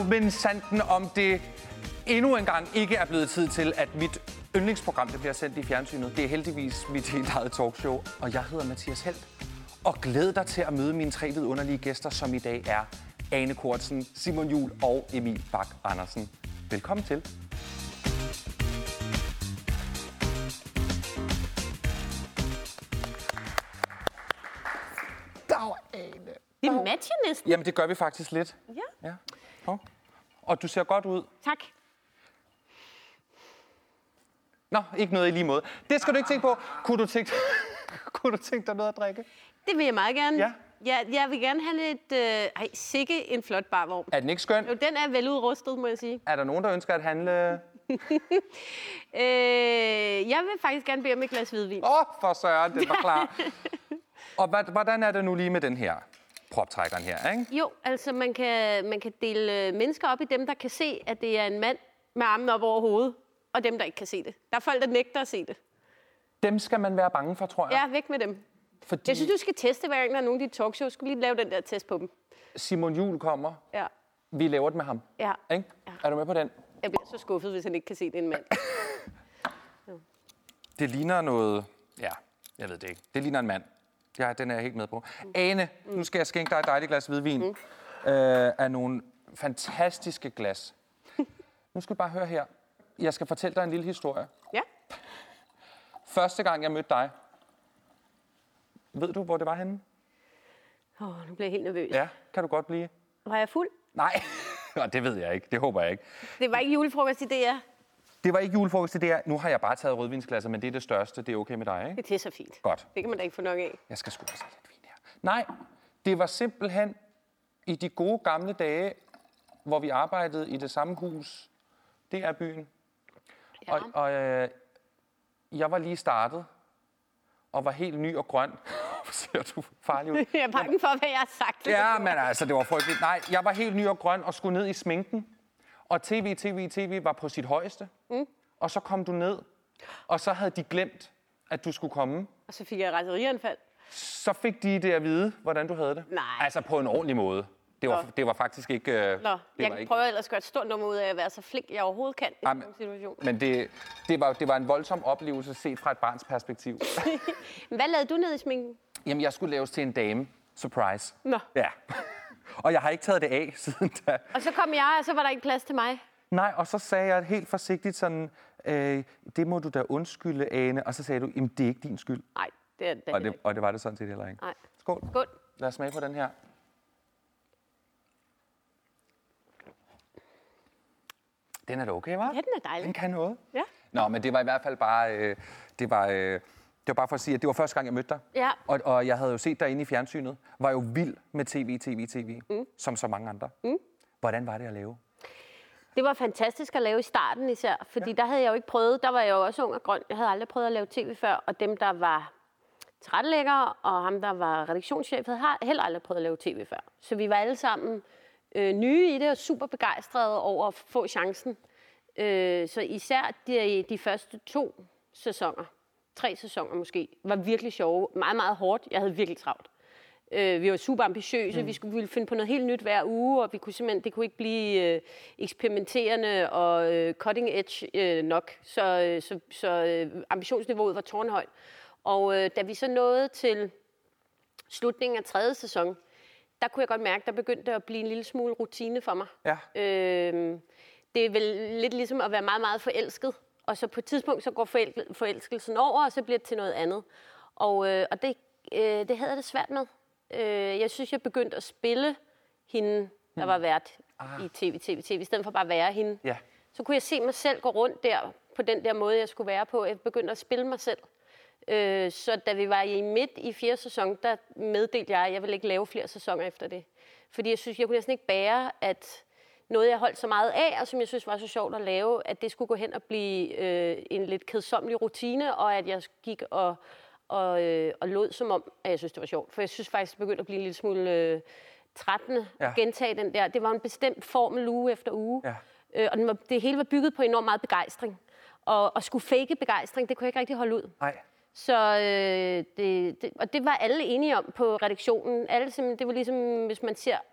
men sanden om det endnu engang ikke er blevet tid til, at mit yndlingsprogram det bliver sendt i fjernsynet. Det er heldigvis mit helt eget talkshow, og jeg hedder Mathias Helt. Og glæd dig til at møde mine 3 vidunderlige gæster, som i dag er Ane Cortzen, Simon Jul og Emil Bak Andersen. Velkommen til. Dag, Ane. Vi matcher næsten. Jamen, det gør vi faktisk lidt. Ja. Ja. Og du ser godt ud. Tak. Nå, ikke noget i lige måde. Det skal du ikke tænke på. Kunne du tænke dig noget at drikke? Det vil jeg meget gerne. Ja. Jeg vil gerne have lidt... sikke en flot barvogn. Er den ikke skøn? Jo, den er veludrustet, må jeg sige. Er der nogen, der ønsker at handle? Jeg vil faktisk gerne bede om et glas hvidvin. For søren, det var klar. Og hvordan er det nu lige med den her proptrækkeren her, ikke? Jo, altså man kan dele mennesker op i dem, der kan se, at det er en mand med armen op over hovedet, og dem, der ikke kan se det. Der er folk, der nægter at se det. Dem skal man være bange for, tror jeg. Ja, væk med dem. Fordi Jeg synes, du skal teste, hver gang der er nogen af de talkshows. Skulle lige lave den der test på dem. Simon Jul kommer. Ja. Vi laver det med ham. Ja. Ikke? Ja. Er du med på den? Jeg bliver så skuffet, hvis han ikke kan se, det er en mand. Det ligner noget... Ja, jeg ved det ikke. Det ligner en mand. Ja, den er jeg helt med på. Ane, nu skal jeg skænke dig et dejligt glas hvidvin. Af nogle fantastiske glas. Nu skal du bare høre her. Jeg skal fortælle dig en lille historie. Ja. Første gang, jeg mødte dig. Ved du, hvor det var henne? Nu bliver jeg helt nervøs. Ja, kan du godt blive? Var jeg fuld? Nej, det ved jeg ikke. Det håber jeg ikke. Det var ikke julefrokost i DR. Det var ikke julefrokost i DR. Nu har jeg bare taget rødvinsglasser, men det er det største. Det er okay med dig, ikke? Det er så fint. Godt. Det kan man da ikke få nok af. Jeg skal sgu også have lidt vin her. Nej, det var simpelthen i de gode gamle dage, hvor vi arbejdede i det samme hus. Det er byen. Ja. Og jeg var lige startet, og var helt ny og grøn. Ser du farlig ud? Jeg er bange for, hvad jeg har sagt. Ja, men altså, det var frygteligt. Nej, jeg var helt ny og grøn og skulle ned i sminken. Og TV var på sit højeste. Og så kom du ned, og så havde de glemt, at du skulle komme. Og så fik jeg raserianfald. Så fik de det at vide, hvordan du havde det. Nej. Altså på en ordentlig måde. Det var faktisk ikke... Jeg prøver ellers at gøre et stort nummer ud af at være så flink, jeg overhovedet kan i sådan en situation. Men det var en voldsom oplevelse set fra et barns perspektiv. Hvad lavede du ned i sminken? Jamen, jeg skulle laves til en dame. Surprise. Nå. Ja. Og jeg har ikke taget det af siden da. Og så kom jeg, og så var der ikke plads til mig. Nej, og så sagde jeg helt forsigtigt sådan, det må du da undskylde, Ane. Og så sagde du, jamen det er ikke din skyld. Nej, det er det. Og det var det sådan set heller ikke. Nej. Skål. Skål. Lad os smage på den her. Den er da okay, hva'? Ja, den er dejlig. Den kan noget. Ja. Nå, men det var i hvert fald bare... Det var bare for at sige, at det var første gang, jeg mødte dig. Ja. Og jeg havde jo set dig inde i fjernsynet. Var jo vild med TV. Som så mange andre. Hvordan var det at lave? Det var fantastisk at lave i starten især, fordi der havde jeg jo ikke prøvet. Der var jeg jo også ung og grøn. Jeg havde aldrig prøvet at lave tv før, og dem, der var tilrettelæggere, og ham, der var redaktionschef, havde heller aldrig prøvet at lave tv før. Så vi var alle sammen nye i det, og super begejstrede over at få chancen. Så især de første 2 sæsoner, 3 sæsoner måske, var virkelig sjove. Meget, meget hårdt. Jeg havde virkelig travlt. Vi var super ambitiøse. Vi ville finde på noget helt nyt hver uge, og det kunne ikke blive eksperimenterende og cutting edge nok. Så ambitionsniveauet var tårnhøjt. Og da vi så nåede til slutningen af 3. sæson, der kunne jeg godt mærke, der begyndte at blive en lille smule rutine for mig. Ja. Det er vel lidt ligesom at være meget, meget forelsket. Og så på et tidspunkt, så går forelskelsen over, og så bliver det til noget andet. Og det havde jeg det svært med. Jeg synes, jeg begyndte at spille hende, der var vært i tv, i stedet for bare at være hende. Ja. Så kunne jeg se mig selv gå rundt der, på den der måde, jeg skulle være på. Jeg begyndte at spille mig selv. Så da vi var midt i 4. sæson, der meddelte jeg ville ikke lave flere sæsoner efter det. Fordi jeg synes, jeg kunne næsten ikke bære, at noget, jeg holdt så meget af, og som jeg synes var så sjovt at lave, at det skulle gå hen og blive en lidt kedsommelig rutine, og at jeg gik og lod som om, at jeg synes, det var sjovt. For jeg synes faktisk, det begyndte at blive en lille smule trættende at gentage den der. Det var en bestemt formel uge efter uge. Ja. Og det hele var bygget på enormt meget begejstring. Og skulle fake begejstring, det kunne jeg ikke rigtig holde ud. Nej. Så og det var alle enige om på redaktionen. Det var ligesom, hvis man ser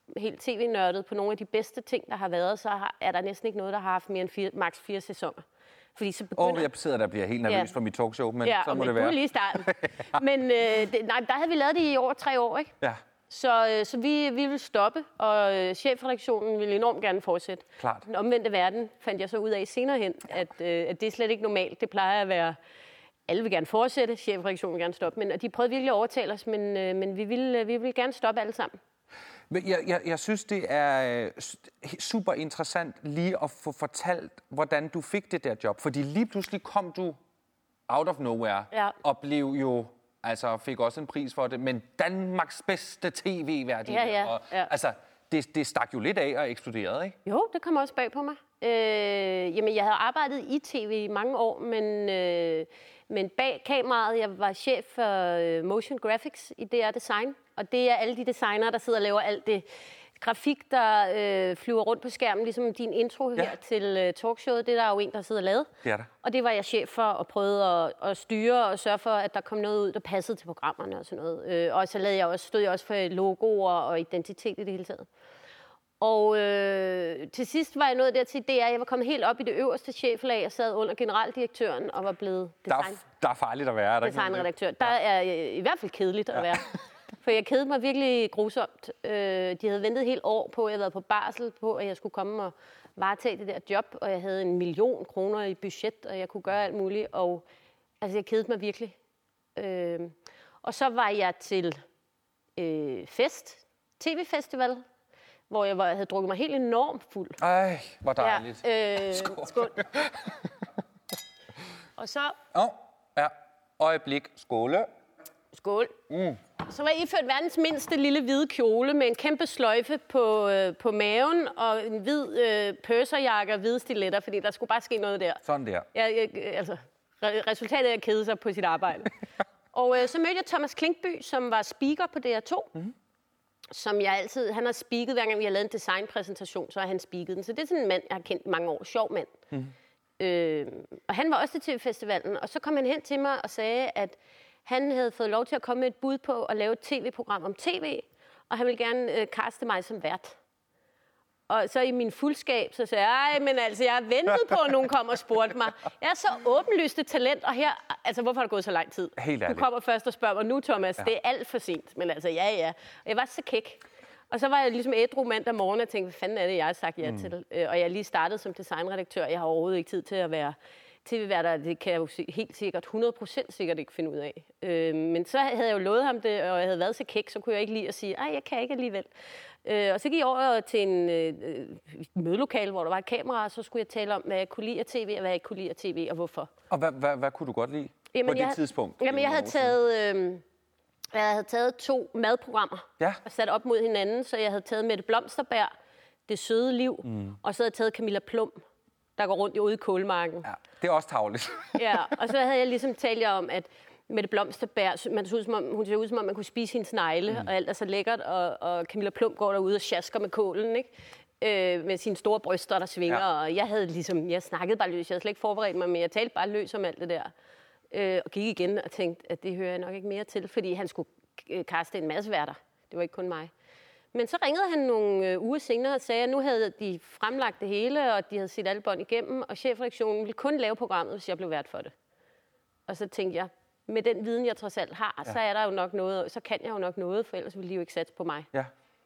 helt tv-nørdet på nogle af de bedste ting, der har været, så er der næsten ikke noget, der har haft mere end maks 4 sæsoner. Fordi så begynder... jeg sidder der og bliver helt nervøs for mit talkshow, men så må det være. Ja, lige starten. Men der havde vi lavet det i over 3 år, ikke? Ja. Så vi ville stoppe, og chefredaktionen ville enormt gerne fortsætte. Klart. Den omvendte verden fandt jeg så ud af senere hen, at det er slet ikke normalt. Det plejer at være, alle vil gerne fortsætte, chefredaktionen vil gerne stoppe. Men de prøvede virkelig at overtale os, men vi ville gerne stoppe alle sammen. Jeg synes, det er super interessant lige at få fortalt, hvordan du fik det der job. Fordi lige pludselig kom du out of nowhere og blev jo... Altså fik også en pris for det, men Danmarks bedste tv-vært. Ja. Altså, det stak jo lidt af og eksploderede, ikke? Jo, det kom også bag på mig. Jamen, jeg havde arbejdet i tv i mange år, men bag kameraet, jeg var chef for motion graphics i DR Design. Og det er alle de designere, der sidder og laver alt det grafik, der flyver rundt på skærmen, ligesom din intro her til talkshowet. Det er der jo en, der sidder og lavet. Det er der. Og det var jeg chef for og prøvede at styre og sørge for, at der kom noget ud, der passede til programmerne og sådan noget. Og så stod jeg også for logoer og identitet i det hele taget. Og til sidst var jeg nået dertil, jeg var kommet helt op i det øverste cheflag og sad under generaldirektøren og var blevet der er farligt at være. Designredaktør. Der er i hvert fald kedeligt at være. For jeg kedede mig virkelig grusomt. De havde ventet et helt år på, at jeg havde været på barsel, på at jeg skulle komme og varetage det der job, og jeg havde 1 million kroner i budget, og jeg kunne gøre alt muligt, og altså, jeg kedede mig virkelig. Og så var jeg til tv-festival, hvor jeg havde drukket mig helt enormt fuld. Ej, hvor dejligt. Skål. Og så... Øjeblik. Skåle. Skål. Så var jeg iført verdens mindste lille hvide kjole med en kæmpe sløjfe på maven og en hvid pørserjakke og hvide stiletter, fordi der skulle bare ske noget der. Sådan der. Resultatet er at kede sig på sit arbejde. Og så mødte jeg Thomas Klinkby, som var speaker på DR2. Som jeg altid... Han har speaket, hver gang vi har lavet en designpræsentation, så har han speaket den. Så det er sådan en mand, jeg har kendt i mange år. Sjov mand. Og han var også til TV-festivalen, og så kom han hen til mig og sagde, at han havde fået lov til at komme med et bud på at lave et tv-program om tv, og han ville gerne kaste mig som vært. Og så i min fuldskab, så sagde jeg, men altså, jeg har ventet på, at nogen kom og spurgte mig. Jeg er så åbenlyst et talent, og her, altså, hvorfor har det gået så lang tid? Helt ærligt. Du kommer først og spørger mig, nu Thomas, det er alt for sent, men altså, ja. Og jeg var så kæk. Og så var jeg ligesom ædru mandag morgen og tænkte, hvad fanden er det, jeg har sagt ja til? Og jeg lige startet som designredaktør. Jeg har overhovedet ikke tid til at være tv-værter. Det kan jeg jo helt sikkert, 100% sikkert ikke finde ud af. Men så havde jeg jo lovet ham det, og jeg havde været så kæk, så kunne jeg ikke lide at sige, ej, jeg kan ikke alligevel. Og så gik jeg over til en mødelokale, hvor der var et kamera, og så skulle jeg tale om, hvad jeg kunne lide af tv, og hvad jeg ikke kunne lide af tv, og hvorfor. Og hvad kunne du godt lide på det tidspunkt? Jamen, jeg havde taget 2 madprogrammer og sat op mod hinanden, så jeg havde taget Mette Blomsterberg, Det søde liv, og så havde jeg taget Camilla Plum, der går rundt ude i Kålmarken. Ja, det er også tarveligt. Ja, og så havde jeg ligesom talt om, at Mette Blomsterberg, hun ser ud som om, man kunne spise hendes negle, og alt er så lækkert, og Camilla Plum går derude og sjasker med kålen, ikke? Med sine store bryster, der svinger, og jeg snakkede bare løs, jeg havde slet ikke forberedt mig, men jeg talte bare løs om alt det der. Og gik igen og tænkte, at det hører jeg nok ikke mere til, fordi han skulle kaste en masse værter. Det var ikke kun mig. Men så ringede han nogle uger senere og sagde, at nu havde de fremlagt det hele, og de havde set alle bånd igennem, og chefredaktionen ville kun lave programmet, hvis jeg blev vært for det. Og så tænkte jeg, med den viden, jeg trods alt har, så er der jo nok noget, så kan jeg jo nok noget, for ellers ville de jo ikke satse på mig. Ja.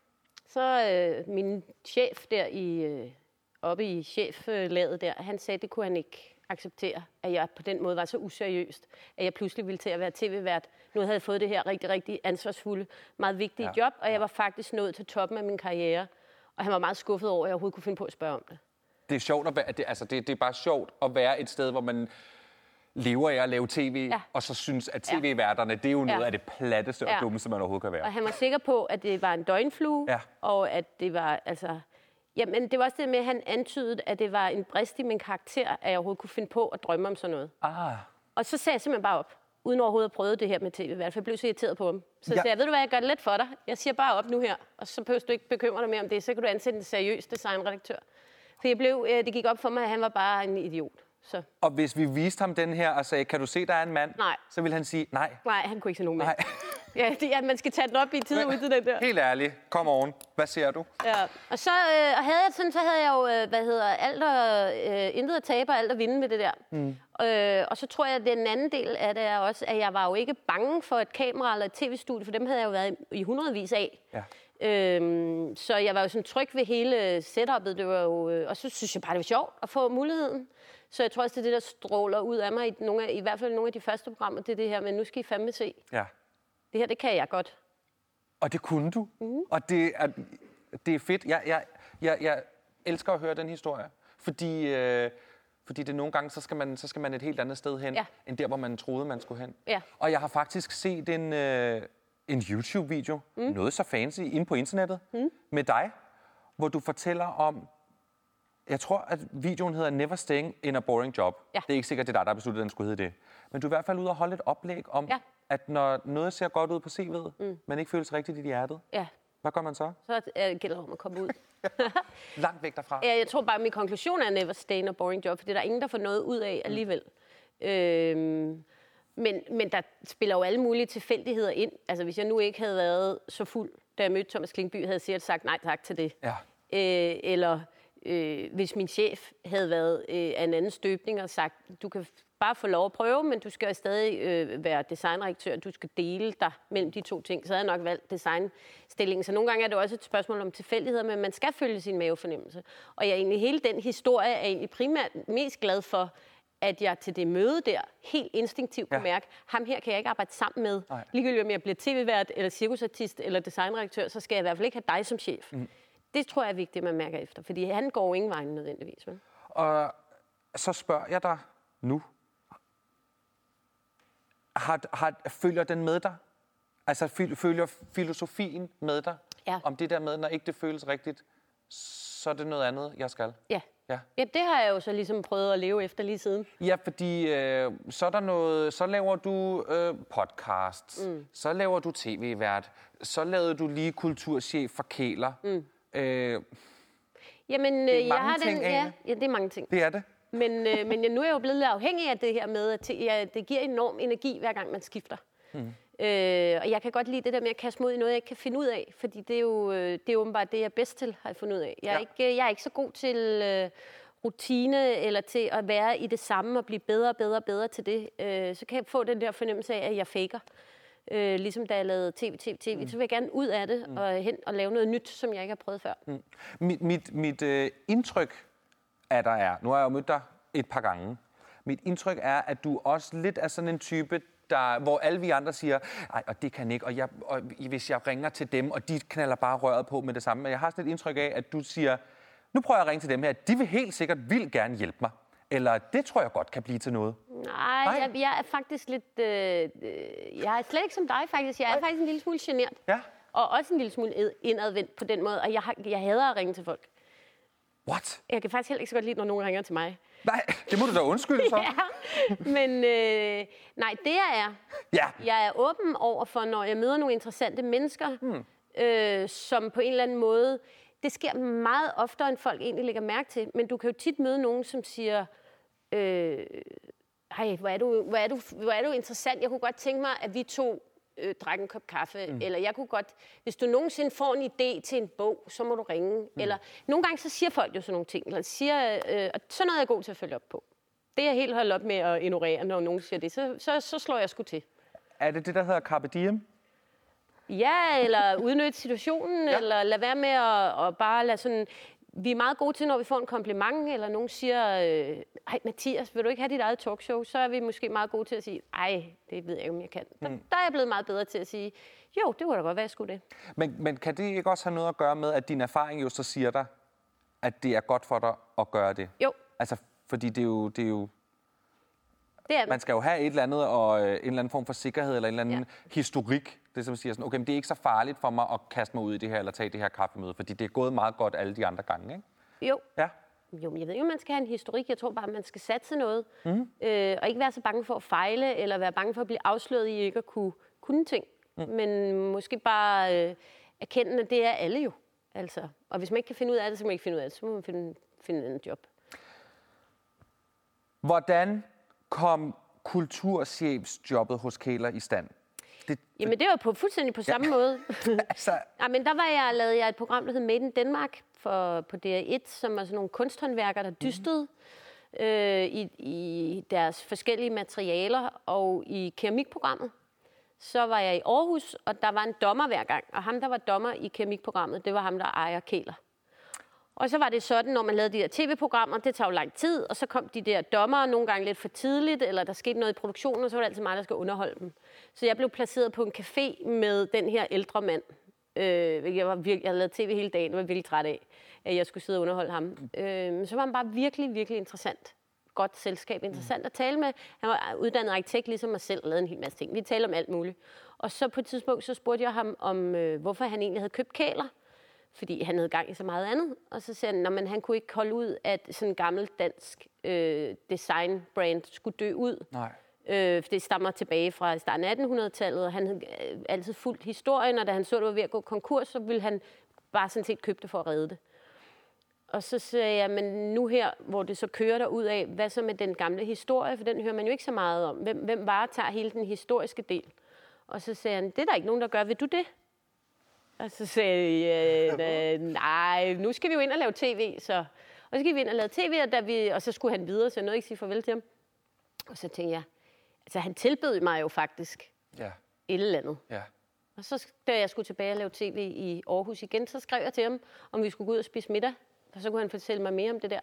Så min chef der oppe i cheflaget der, han sagde, det kunne han ikke acceptere, at jeg på den måde var så useriøst, at jeg pludselig ville til at være tv-vært. Nu havde jeg fået det her rigtig, rigtig ansvarsfulde, meget vigtige job, og jeg var faktisk nået til toppen af min karriere. Og han var meget skuffet over, at jeg overhovedet kunne finde på at spørge om det. Det er sjovt at være, det er bare sjovt at være et sted, hvor man lever af at lave tv, og så synes, at tv-værterne, det er jo noget af det platteste og dummeste, man overhovedet kan være. Og han var sikker på, at det var en døgnflue, og at det var, altså... Jamen, det var også det med, at han antydede, at det var en brist i min karakter, at jeg overhovedet kunne finde på at drømme om sådan noget. Og så sagde jeg simpelthen bare op, uden overhovedet at prøve det her med tv-vært, for jeg blev så irriteret på ham. Så sagde jeg, ved du hvad, jeg gør det let for dig. Jeg siger bare op nu her, og så behøver du ikke bekymre dig mere om det, så kan du ansætte en seriøs designredaktør. For det gik op for mig, at han var bare en idiot. Så. Og hvis vi viste ham den her og sagde, kan du se, der er en mand? Nej. Så ville han sige nej. Nej, han kunne ikke se nogen mand. Ja, man skal tage den op i tide ud til den der. Helt ærligt, kom oven. Hvad ser du? Ja, og så havde jeg jo, intet at tabe og alt at vinde med det der. Og så tror jeg, at den anden del af det er også, at jeg var jo ikke bange for et kamera eller et tv-studie, for dem havde jeg jo været i hundredvis af. Ja. Så jeg var jo sådan tryg ved hele setup'et. Det var jo, og så synes jeg bare, det var sjovt at få muligheden. Så jeg tror også, det er det, der stråler ud af mig i hvert fald nogle af de første programmer. Det er det her, men nu skal I fandme se. Ja. Det her, det kan jeg godt. Og det kunne du. Og det er fedt. Jeg elsker at høre den historie. Fordi det nogle gange, så skal man et helt andet sted hen, end der, hvor man troede, man skulle hen. Ja. Og jeg har faktisk set en YouTube-video, noget så fancy, inde på internettet, med dig, hvor du fortæller om, jeg tror, at videoen hedder Never Staying in a Boring Job. Ja. Det er ikke sikkert, det er dig, der har besluttet, at den skulle hedde det. Men du er i hvert fald ude og holde et oplæg om, at når noget ser godt ud på CV'et, men ikke føles rigtigt i hjertet, hvad gør man så? Så gælder det om at komme ud. Langt væk derfra. Ja, jeg tror bare, at min konklusion er Never Stay in a Boring Job, for der er ingen, der får noget ud af alligevel. Men der spiller jo alle mulige tilfældigheder ind. Altså, hvis jeg nu ikke havde været så fuld, da jeg mødte Thomas Klinkby, havde jeg sikkert sagt nej tak til det. Ja. Eller hvis min chef havde været af en anden støbning og sagt, du kan bare få lov at prøve, men du skal stadig være designredaktør, du skal dele dig mellem de to ting, så havde jeg nok valgt designstillingen. Så nogle gange er det også et spørgsmål om tilfældigheder, men man skal følge sin mavefornemmelse. Og jeg er egentlig hele den historie er egentlig primært mest glad for, at jeg til det møde der helt instinktivt kunne mærke, ham her kan jeg ikke arbejde sammen med. Nej. Ligegyldigt om jeg bliver tv-vært, eller cirkusartist, eller designredaktør, så skal jeg i hvert fald ikke have dig som chef. Det tror jeg er vigtigt, man mærker efter, fordi han går ingen vej nødvendigvis. Vel? Og så spørger jeg dig nu. Følger den med dig? Altså følger filosofien med dig? Ja. Om det der med, når ikke det føles rigtigt, så er det noget andet, jeg skal? Ja. Ja. Ja, det har jeg jo så ligesom prøvet at leve efter lige siden. Ja, fordi så er der noget, så laver du podcasts, så laver du tv-vært, så lavede du lige kulturchef for Kæler. Jamen, det er jeg har ting, ja, det er mange ting. Det er det. Men nu er jeg jo blevet lidt afhængig af det her med, at det giver enorm energi, hver gang man skifter. Og jeg kan godt lide det der med at kaste mod i noget, jeg ikke kan finde ud af. Fordi det er åbenbart det, jeg er bedst til, har jeg fundet ud af. Jeg er ikke så god til rutine, eller til at være i det samme og blive bedre og bedre og bedre til det. Så kan jeg få den der fornemmelse af, at jeg faker. Ligesom da jeg lavede tv, så vil jeg gerne ud af det og hen og lave noget nyt, som jeg ikke har prøvet før. Mit indtryk af dig er, nu har jeg jo mødt dig et par gange, mit indtryk er, at du også lidt er sådan en type, hvor alle vi andre siger, ej, og det kan ikke, og hvis jeg ringer til dem, og de knalder bare røret på med det samme. Men jeg har sådan et indtryk af, at du siger, nu prøver jeg at ringe til dem her, de vil helt sikkert gerne hjælpe mig. Eller det tror jeg godt kan blive til noget. Nej. Jeg er faktisk lidt... jeg er slet ikke som dig, faktisk. Jeg er faktisk en lille smule genert. Ja. Og også en lille smule indadvendt på den måde. Og jeg hader at ringe til folk. What? Jeg kan faktisk heller ikke så godt lide, når nogen ringer til mig. Nej, det må du da undskylde for. Ja, men nej, det jeg er. Ja. Jeg er åben over for, når jeg møder nogle interessante mennesker, som på en eller anden måde... Det sker meget oftere, end folk egentlig lægger mærke til. Men du kan jo tit møde nogen, som siger, hej, hvor er du interessant. Jeg kunne godt tænke mig, at vi to drak en kop kaffe. Eller jeg kunne godt, hvis du nogensinde får en idé til en bog, så må du ringe. Eller nogle gange så siger folk jo sådan nogle ting. Eller siger, og sådan noget er jeg god til at følge op på. Det er jeg helt holdt op med at ignorere, når nogen siger det. Så slår jeg sgu til. Er det det, der hedder carpe diem? Ja, eller udnytte situationen, eller lade være med at bare lade sådan... Vi er meget gode til, når vi får en kompliment, eller nogen siger, ej Mathias, vil du ikke have dit eget talkshow? Så er vi måske meget gode til at sige, ej, det ved jeg ikke, om jeg kan. Der er jeg blevet meget bedre til at sige, jo, det kunne da godt være, jeg skulle det. Men kan det ikke også have noget at gøre med, at din erfaring jo så siger dig, at det er godt for dig at gøre det? Jo. Altså, fordi det er jo det er man skal jo have et eller andet, og en eller anden form for sikkerhed, eller en eller anden historik. Det som siger sådan, okay, men det er ikke så farligt for mig at kaste mig ud i det her, eller tage det her kaffemøde, fordi det er gået meget godt alle de andre gange, ikke? Jo. Ja. Jo, men jeg ved ikke, om man skal have en historik. Jeg tror bare, at man skal satse noget. Og ikke være så bange for at fejle, eller være bange for at blive afsløret i ikke at kunne ting. Men måske bare erkende, at det er alle jo. Altså. Og hvis man ikke kan finde ud af det, så kan man ikke finde ud af det. Så må man finde en job. Hvordan kom kulturchefsjobbet hos Kæler i stand? Jamen, det var fuldstændig på samme måde. Altså, Ja, men der lavede jeg et program, der hed Made in Denmark på DR1, som var sådan nogle kunsthåndværkere, der dystede i deres forskellige materialer, og i keramikprogrammet. Så var jeg i Aarhus, og der var en dommer hver gang. Og ham, der var dommer i keramikprogrammet, det var ham, der ejer Kæler. Og så var det sådan, når man lavede de der tv-programmer, det tager jo lang tid, og så kom de der dommere nogle gange lidt for tidligt, eller der skete noget i produktionen, og så var det altid mig, der skal underholde dem. Så jeg blev placeret på en café med den her ældre mand. Jeg havde lavet tv hele dagen, og var virkelig træt af, at jeg skulle sidde og underholde ham. Så var han bare virkelig, virkelig interessant. Godt selskab, interessant at tale med. Han var uddannet arkitekt, ligesom mig selv, og lavede en hel masse ting. Vi talte om alt muligt. Og så på et tidspunkt, så spurgte jeg ham om, hvorfor han egentlig havde købt Kæler. Fordi han havde gang i så meget andet. Og så sagde han, at han kunne ikke holde ud, at sådan en gammel dansk designbrand skulle dø ud. nej. For det stammer tilbage fra starten af 1800-tallet, og han havde altid fulgt historien, og da han så, det var ved at gå konkurs, så ville han bare sådan set købe det for at redde det. Og så sagde jeg, men nu her, hvor det så kører der ud af, hvad så med den gamle historie, for den hører man jo ikke så meget om. Hvem varetager hele den historiske del? Og så sagde han, det er der ikke nogen, der gør. Vil du det? Og så sagde jeg, nej, nu skal vi jo ind og lave tv. Og så gik vi ind og lavede tv, og så skulle han videre, så jeg nåede ikke sige farvel til ham. Og så tænkte jeg, altså han tilbød mig jo faktisk et eller andet. Ja. Og så da jeg skulle tilbage og lave tv i Aarhus igen, så skrev jeg til ham, om vi skulle gå ud og spise middag. Og så kunne han fortælle mig mere om det der.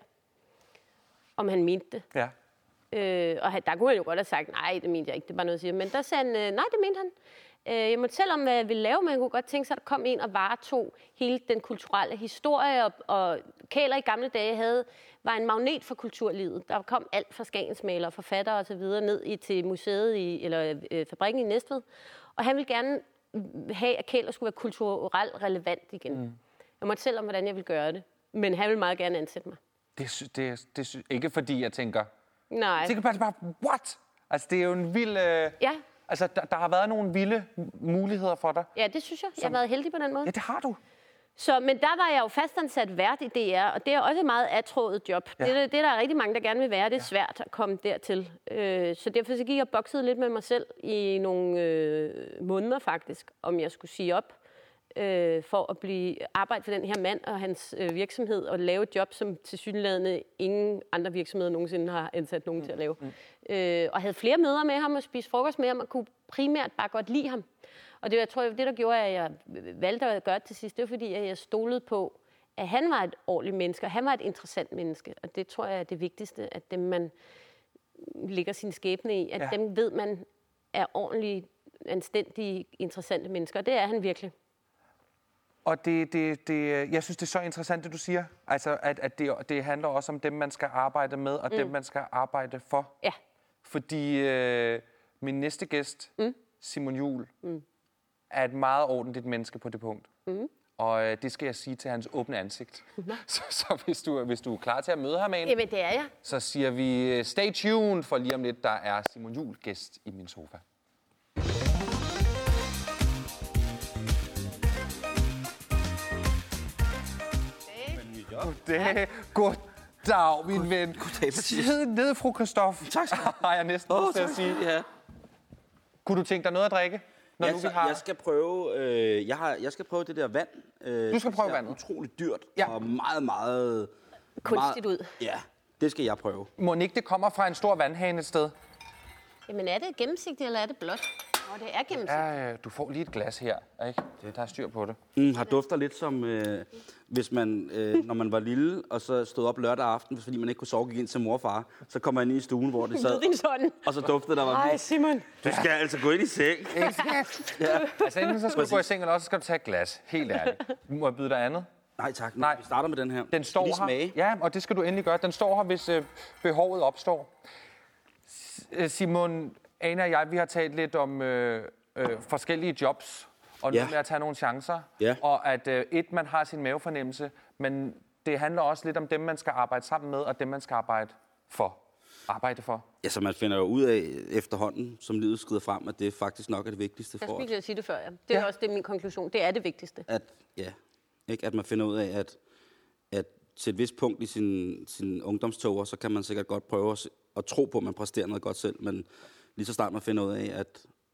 Om han mente det. Ja. Og der kunne han jo godt have sagt, nej, det mente jeg ikke, det er bare noget at sige. Men der sagde han, nej, det mente han. Jeg måtte selv om, hvad jeg ville lave, men jeg kunne godt tænke sig, at der kom en og varetog hele den kulturelle historie. Og Kæler i gamle dage var en magnet for kulturlivet. Der kom alt fra skagensmalere, forfattere og så videre ned til museet eller fabrikken i Næstved. Og han ville gerne have, at Kæler skulle være kulturelt relevant igen. Jeg måtte selv om, hvordan jeg ville gøre det. Men han ville meget gerne ansætte mig. Det ikke fordi jeg tænker... Nej. Jeg tænker bare, what? Altså, det er jo en vild... Ja. Altså, der har været nogle vilde muligheder for dig. Ja, det synes jeg. Jeg har været heldig på den måde. Ja, det har du. Men der var jeg jo fastansat vært i DR, og det er også et meget atrådet job. Ja. Det er der rigtig mange, der gerne vil være. Det er svært at komme dertil. Så derfor så gik jeg og boksede lidt med mig selv i nogle måneder faktisk, om jeg skulle sige op for at arbejde for den her mand og hans virksomhed og lave et job, som tilsyneladende ingen andre virksomheder nogensinde har ansat nogen til at lave. Og havde flere møder med ham og spise frokost med ham og kunne primært bare godt lide ham. Og det, jeg tror, det der gjorde, at jeg valgte at gøre det til sidst, det var fordi, at jeg stolede på, at han var et ordentligt menneske, og han var et interessant menneske. Og det tror jeg er det vigtigste, at dem, man lægger sin skæbne i, at dem ved man er ordentligt, anstændige, interessante mennesker. Og det er han virkelig. Og jeg synes, det er så interessant, det du siger. Altså, at det handler også om dem, man skal arbejde med, og dem, man skal arbejde for. Ja. Fordi min næste gæst, Simon Jul, er et meget ordentligt menneske på det punkt. Og det skal jeg sige til hans åbne ansigt. Så hvis du er klar til at møde ham, jamen, det er jeg. Så siger vi stay tuned, for lige om lidt, der er Simon Jul gæst i min sofa. Goddag, min ven. Goddag, Sid ned, fru Christoph. Tak skal du have. Har jeg næsten lyst til at sige. Ja. Kunne du tænke dig noget at drikke? Jeg skal prøve, jeg skal prøve det der vand. Du skal prøve vandet. Utroligt dyrt og meget kunstigt ud. Ja, det skal jeg prøve. Må ikke det kommer fra en stor vandhane et sted? Jamen er det gennemsigtigt, eller er det blåt? Det er gennemsigtigt. Ja, du får lige et glas her, ikke? Der er styr på det. Har dufter lidt som, hvis man, når man var lille, og så stod op lørdag aften, fordi man ikke kunne sove, gik ind til mor og far. Så kom man ind i stuen, hvor det sad, og så duftede der var Hej, Simon. Du skal altså gå ind i seng. Ja. Altså enten så skal du gå i seng, eller også skal du tage et glas. Helt ærligt. Må jeg byde dig andet? Nej tak, nej. Vi starter med den her. Den står her. Ja, og det skal du endelig gøre. Den står her, hvis behovet opstår. Simon, Ane og jeg, vi har talt lidt om forskellige jobs, og noget med at tage nogle chancer. Ja. Og at man har sin mavefornemmelse, men det handler også lidt om dem, man skal arbejde sammen med, og dem, man skal arbejde for. Ja, så man finder jo ud af efterhånden, som livet skrider frem, at det faktisk nok er det vigtigste for os. Jeg skulle ikke sige det før, ja. Det er også det min konklusion. Det er det vigtigste. At man finder ud af, at til et vist punkt i sin ungdomstoger, så kan man sikkert godt prøve at tro på, at man præsterer noget godt selv, men lige så snart man finder ud af,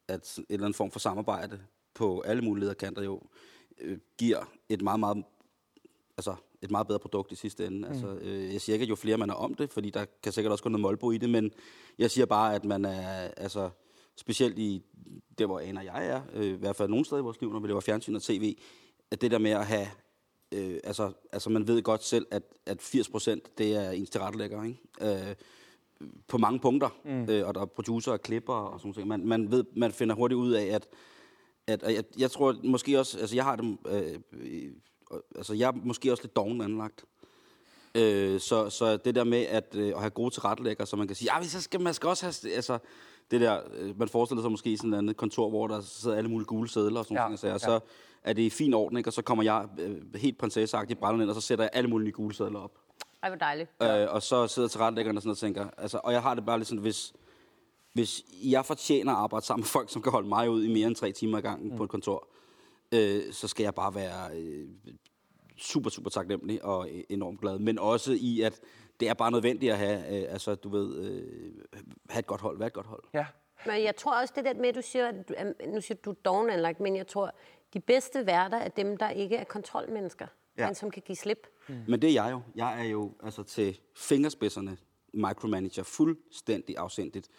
en eller anden form for samarbejde på alle mulige lederkanter jo giver et meget bedre produkt i sidste ende. Altså, jeg siger ikke, at jo flere man er om det, fordi der kan sikkert også gå noget målbo i det, men jeg siger bare, at man er, altså, specielt i der, hvor Anna og jeg er, i hvert fald nogle steder i vores liv, når vi laver fjernsyn og tv, at det der med at have, altså man ved godt selv, at 80% det er ens tilrettelægger, ikke? På mange punkter, og der er producer og klipper og sådan noget. Man finder hurtigt ud af, at jeg tror måske også, altså jeg har dem, altså jeg er måske også lidt doven anlagt. Så det der med at have gode tilrettelægger, så man kan sige, man skal også have, altså det der, man forestiller sig måske sådan et andet kontor, hvor der sidder alle mulige gule sedler og sådan noget, og så er det i fin orden, ikke? Og så kommer jeg helt prinsesseagtigt brændende ind, og så sætter jeg alle mulige gule sedler op. Ej, hvor dejligt. Og så sidder tilrettelæggeren og sådan noget og tænker, altså, og jeg har det bare lidt sådan, hvis jeg fortjener at arbejde sammen med folk, som kan holde mig ud i mere end 3 timer i gangen på et kontor, så skal jeg bare være super, super taknemmelig og enormt glad. Men også i, at det er bare nødvendigt at have, altså du ved, have et godt hold, være et godt hold. Ja. Men jeg tror også det der med, nu siger du dovenanlagt, men jeg tror, de bedste værter er dem, der ikke er kontrolmennesker, men som kan give slip. Men det er jeg jo. Jeg er jo altså til fingerspidserne micromanager fuldstændig afsindigt.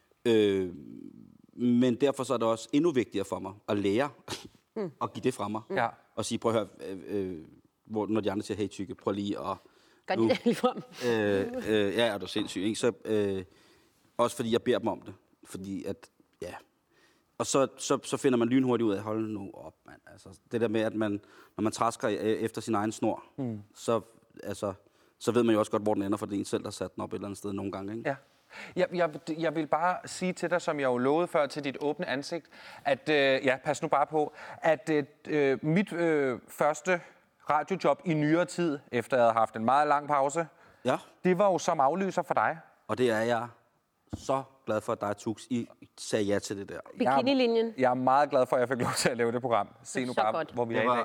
Men derfor så er det også endnu vigtigere for mig at lære at give det fra mig. Og sige, prøv at høre, når de andre siger, hey tykke, prøv lige at... Gør de det lige frem? Ja, er du sindssyg, ikke? Så, også fordi jeg beder dem om det. Fordi at, ja... Og så finder man lynhurtigt ud af, hold nu op, mand. Altså, det der med, at når man træsker efter sin egen snor, så ved man jo også godt, hvor den ender, for det er en selv, der har sat den op et eller andet sted nogle gange, ikke? Ja. Jeg vil bare sige til dig, som jeg jo lovede før til dit åbne ansigt, at, pas nu bare på, at mit første radiojob i nyere tid, efter jeg havde haft en meget lang pause, det var jo som aflyser for dig. Og det er jeg så glad for, at dig, Tux, I sagde ja til det der. Bikini-linjen. Jeg er meget glad for, at jeg fik lov til at lave det program. Se nu bare, hvor vi er i dag.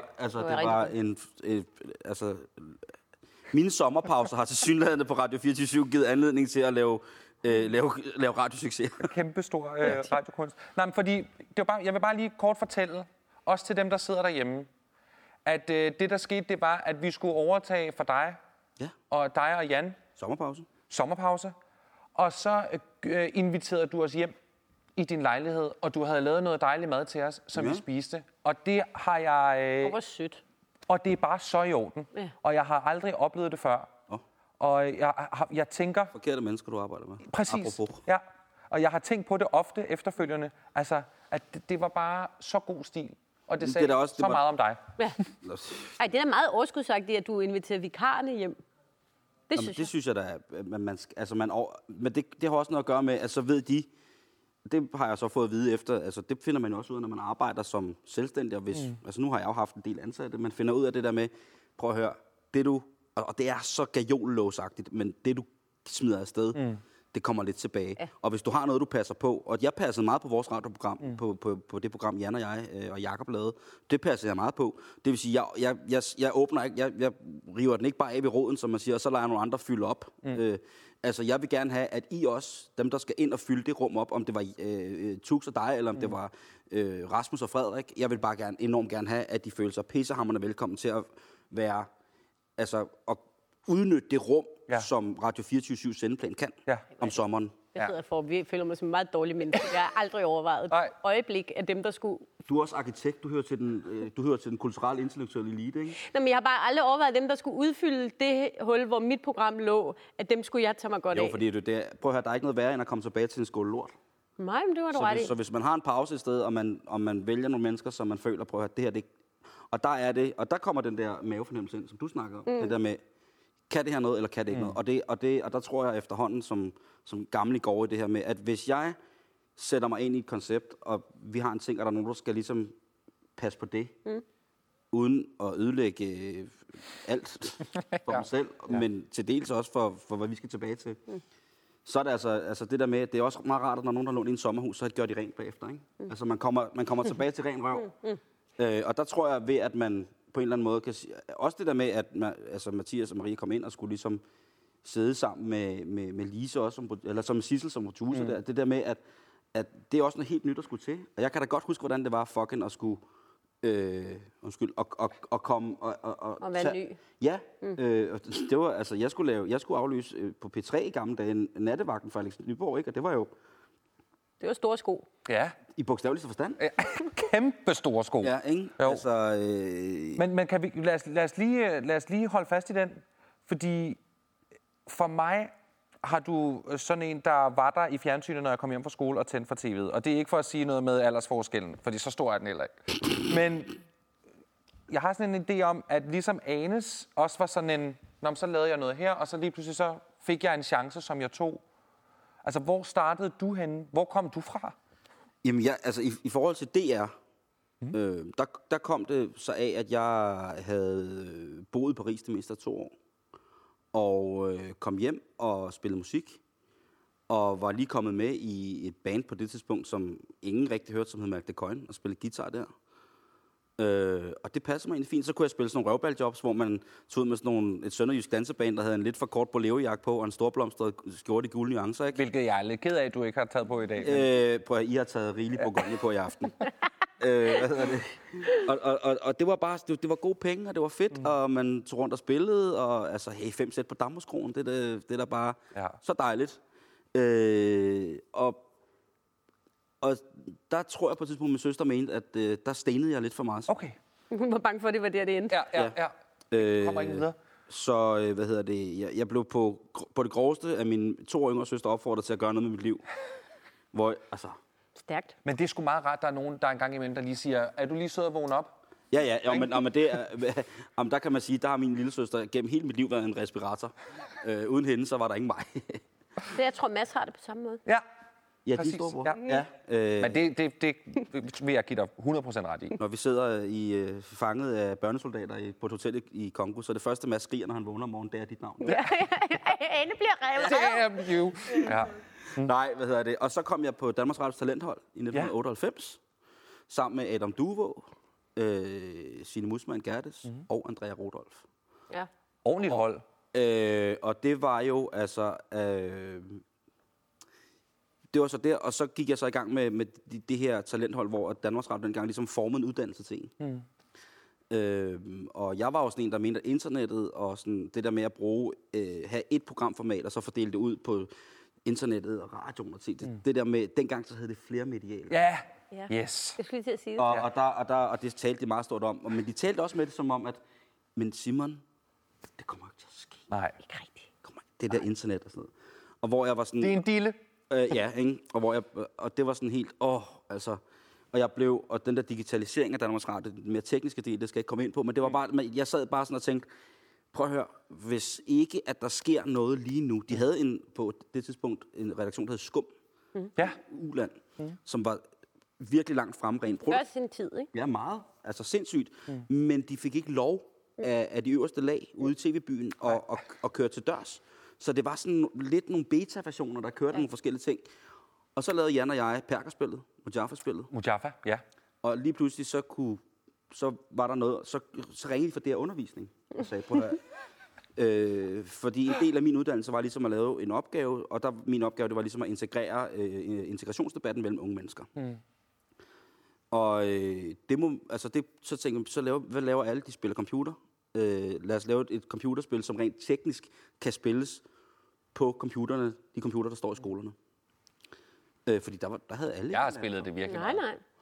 Altså, mine sommerpauser har tilsyneladende på Radio 24/7 givet anledning til at lave radiosucces. Kæmpe stor radiokunst. Nej, men fordi, det var bare, jeg vil bare lige kort fortælle, også til dem, der sidder derhjemme, at det, der skete, det var, at vi skulle overtage for dig, og dig og Jan. Sommerpause. Og så inviterede du os hjem i din lejlighed, og du havde lavet noget dejlig mad til os, som vi spiste. Og det har jeg... Hvor sødt. Og det er bare så i orden. Ja. Og jeg har aldrig oplevet det før. Og jeg tænker... Forkerte mennesker, du arbejder med. Præcis. Apropos. Ja. Og jeg har tænkt på det ofte efterfølgende. Altså, at det var bare så god stil. Og det sagde så meget om dig. Ja. Ej, det er da meget overskudsagtigt, at du inviterer vikarerne hjem. Det synes jeg da, men det har også noget at gøre med, at så ved de, det har jeg så fået at vide efter, altså det finder man jo også ud af, når man arbejder som selvstændig, og altså nu har jeg jo haft en del ansatte, man finder ud af det der med, prøv at høre, det du, og det er så gajolåsagtigt, men det du smider afsted, det kommer lidt tilbage. Ja. Og hvis du har noget, du passer på, og jeg passede meget på vores radioprogram, på det program, Jan og jeg og Jakob lavede, det passede jeg meget på. Det vil sige, jeg åbner ikke, jeg river den ikke bare af ved roden, som man siger, og så lader jeg nogle andre fylde op. Altså, jeg vil gerne have, at I også, dem der skal ind og fylde det rum op, om det var Tux og dig, eller om det var Rasmus og Frederik, jeg vil bare enormt gerne have, at de føler sig pissehamrende velkommen til at være, altså, at udnytte det rum, som Radio 24/7 sendeplan kan om sommeren. Vi føler mig som en meget dårlig menneske. Jeg har aldrig overvejet et øjeblik af dem, der skulle... Du er også arkitekt. Du hører til den kulturelle intellektuelle elite, ikke? Nå, men jeg har bare aldrig overvejet dem, der skulle udfylde det hul, hvor mit program lå, at dem skulle jeg tage mig godt af. Jo, fordi prøv at høre, der er ikke noget værre, end at komme tilbage til en skål lort. Nej, men det var du ret i. Så hvis man har en pause i stedet, og man vælger nogle mennesker, som man føler, prøv at høre, det her, det... Og der kommer den der mavefornemmelse ind, som du snakker om. Det der med, kan det her noget, eller kan det ikke noget? Og der tror jeg efterhånden, som gammel går i det her med, at hvis jeg sætter mig ind i et koncept, og vi har en ting, og der er nogen, der skal ligesom passe på det, uden at ødelægge alt for mig selv, men til dels også for hvad vi skal tilbage til. Så er det altså det der med, det er også meget rart, at når nogen har lånt i en sommerhus, så gør de rent bagefter, ikke? Altså man kommer tilbage til ren røv. Og der tror jeg ved, at man på en eller anden måde kan sige, også det der med, at Mathias og Marie kom ind og skulle ligesom sidde sammen med Lise også, eller som Sissel som producer der, det der med, at det er også noget helt nyt at skulle til. Og jeg kan da godt huske, hvordan det var fucking at skulle... og komme og være ny. Ja, det var altså jeg skulle aflyse på P3 i gamle dage nattevagten for Alex Nyborg, ikke? Og det var jo Det var store sko. Ja. i bogstaveligste forstand. Kæmpe store sko. Ja, ikke? Jo. Altså, Men kan vi, lad os lige holde fast i den, fordi for mig har du sådan en, der var der i fjernsynet, når jeg kom hjem fra skole og tændte for tv'et. Og det er ikke for at sige noget med aldersforskellen, fordi så stor er den heller ikke. Men jeg har sådan en idé om, at ligesom Anes også var sådan en, så lavede jeg noget her, og så lige pludselig så fik jeg en chance, som jeg tog. Altså, hvor startede du henne? Hvor kom du fra? jamen, altså i forhold til DR, der kom det så af, at jeg havde boet i Paris de meste af 2 år. Og kom hjem og spillede musik. Og var lige kommet med i et band på det tidspunkt, som ingen rigtig hørte, som hed Malk de Coin, og spillede guitar der. Og det passede mig egentlig fint. Så kunne jeg spille sådan nogle røvballjobs, hvor man tog ud med sådan et sønderjysk danseband, der havde en lidt for kort bolerojakke på, og en storblomstret skjorte i gule nuancer, ikke? Hvilket jeg er lidt ked af, at du ikke har taget på i dag. Prøv at I har taget rigeligt Bourgogne på i aften. Hvad hedder det? Og det var bare, det var gode penge, og det var fedt, og man tog rundt og spillede, og altså, 5 sæt på Damhuskroen, det er da bare så dejligt. Og der tror jeg på et tidspunkt, min søster mente, at der stenede jeg lidt for meget. Okay. Hun var bange for, at det var der, det endte. Ja. Kommer ikke videre. Så, jeg blev på det groveste af mine 2 år yngre søster opfordret til at gøre noget med mit liv. Hvor, altså... Stærkt. Men det er sgu meget rart, der er nogen, der engang imellem, der lige siger, er du lige sød at vågne op? Men det er, der kan man sige, der har min lille søster gennem hele mit liv været en respirator. Uden hende, så var der ingen mig. Det, jeg tror, Mads har det på samme måde. Ja. Ja, præcis. de står på. Ja. Men det vil jeg give dig 100% ret i. Når vi sidder fanget af børnesoldater på et hotel i Kongo, så det første, Mads skriger, når han vågner om morgenen, det er dit navn. Ja, Anne bliver revet. Damn you. Ja. Nej, Og så kom jeg på Danmarks Radios Talenthold i 1998, sammen med Adam Duvå, Signe Mussmann Gerdes og Andrea Rodolf. Ja. Ordentligt hold. Og det var jo altså... det var så der, og så gik jeg så i gang med det her talenthold, hvor Danmarks Radio dengang ligesom formede en uddannelse til en. Og jeg var jo sådan en, der mente, at internettet og sådan det der med at have et programformat, og så fordele det ud på internettet og radioen og det der med, dengang så hed det flere mediale. Ja. Ja. Yes. Jeg skulle lige til at sige det. Og det talte de meget stort om. Men de talte også med det som om, at men Simon, det kommer ikke til at ske. Nej. Ikke rigtigt. Det der internet og sådan noget. Og hvor jeg var sådan... Det er en dille. Ja, ikke? Og det var sådan helt, og den der digitalisering af Danmarks Radio, den mere tekniske del, det skal jeg ikke komme ind på, men det var bare, jeg sad bare sådan og tænkte, prøv at høre, hvis ikke, at der sker noget lige nu. De havde på det tidspunkt en redaktion, der hed Skum, Uland, som var virkelig langt fremme rent. Før sin tid, ikke? Ja, meget. Altså sindssygt. Men de fik ikke lov af de øverste lag ude i TV-byen at køre til dørs. Så det var sådan lidt nogle beta-versioner, der kørte nogle forskellige ting. Og så lavede Jan og jeg Perker-spillet, Mujaffa-spillet. Mujaffa, ja. Og lige pludselig så var der noget, så ringede de for det her undervisning. Og sagde, prøv at fordi en del af min uddannelse var ligesom at lave en opgave, og min opgave, det var ligesom at integrere integrationsdebatten mellem unge mennesker. Og så tænkte jeg, hvad laver alle? De spiller computer. Lad os lave et computerspil, som rent teknisk kan spilles på computerne, de computer, der står i skolerne. Fordi der havde alle... Jeg har spillet det virkelig Nej.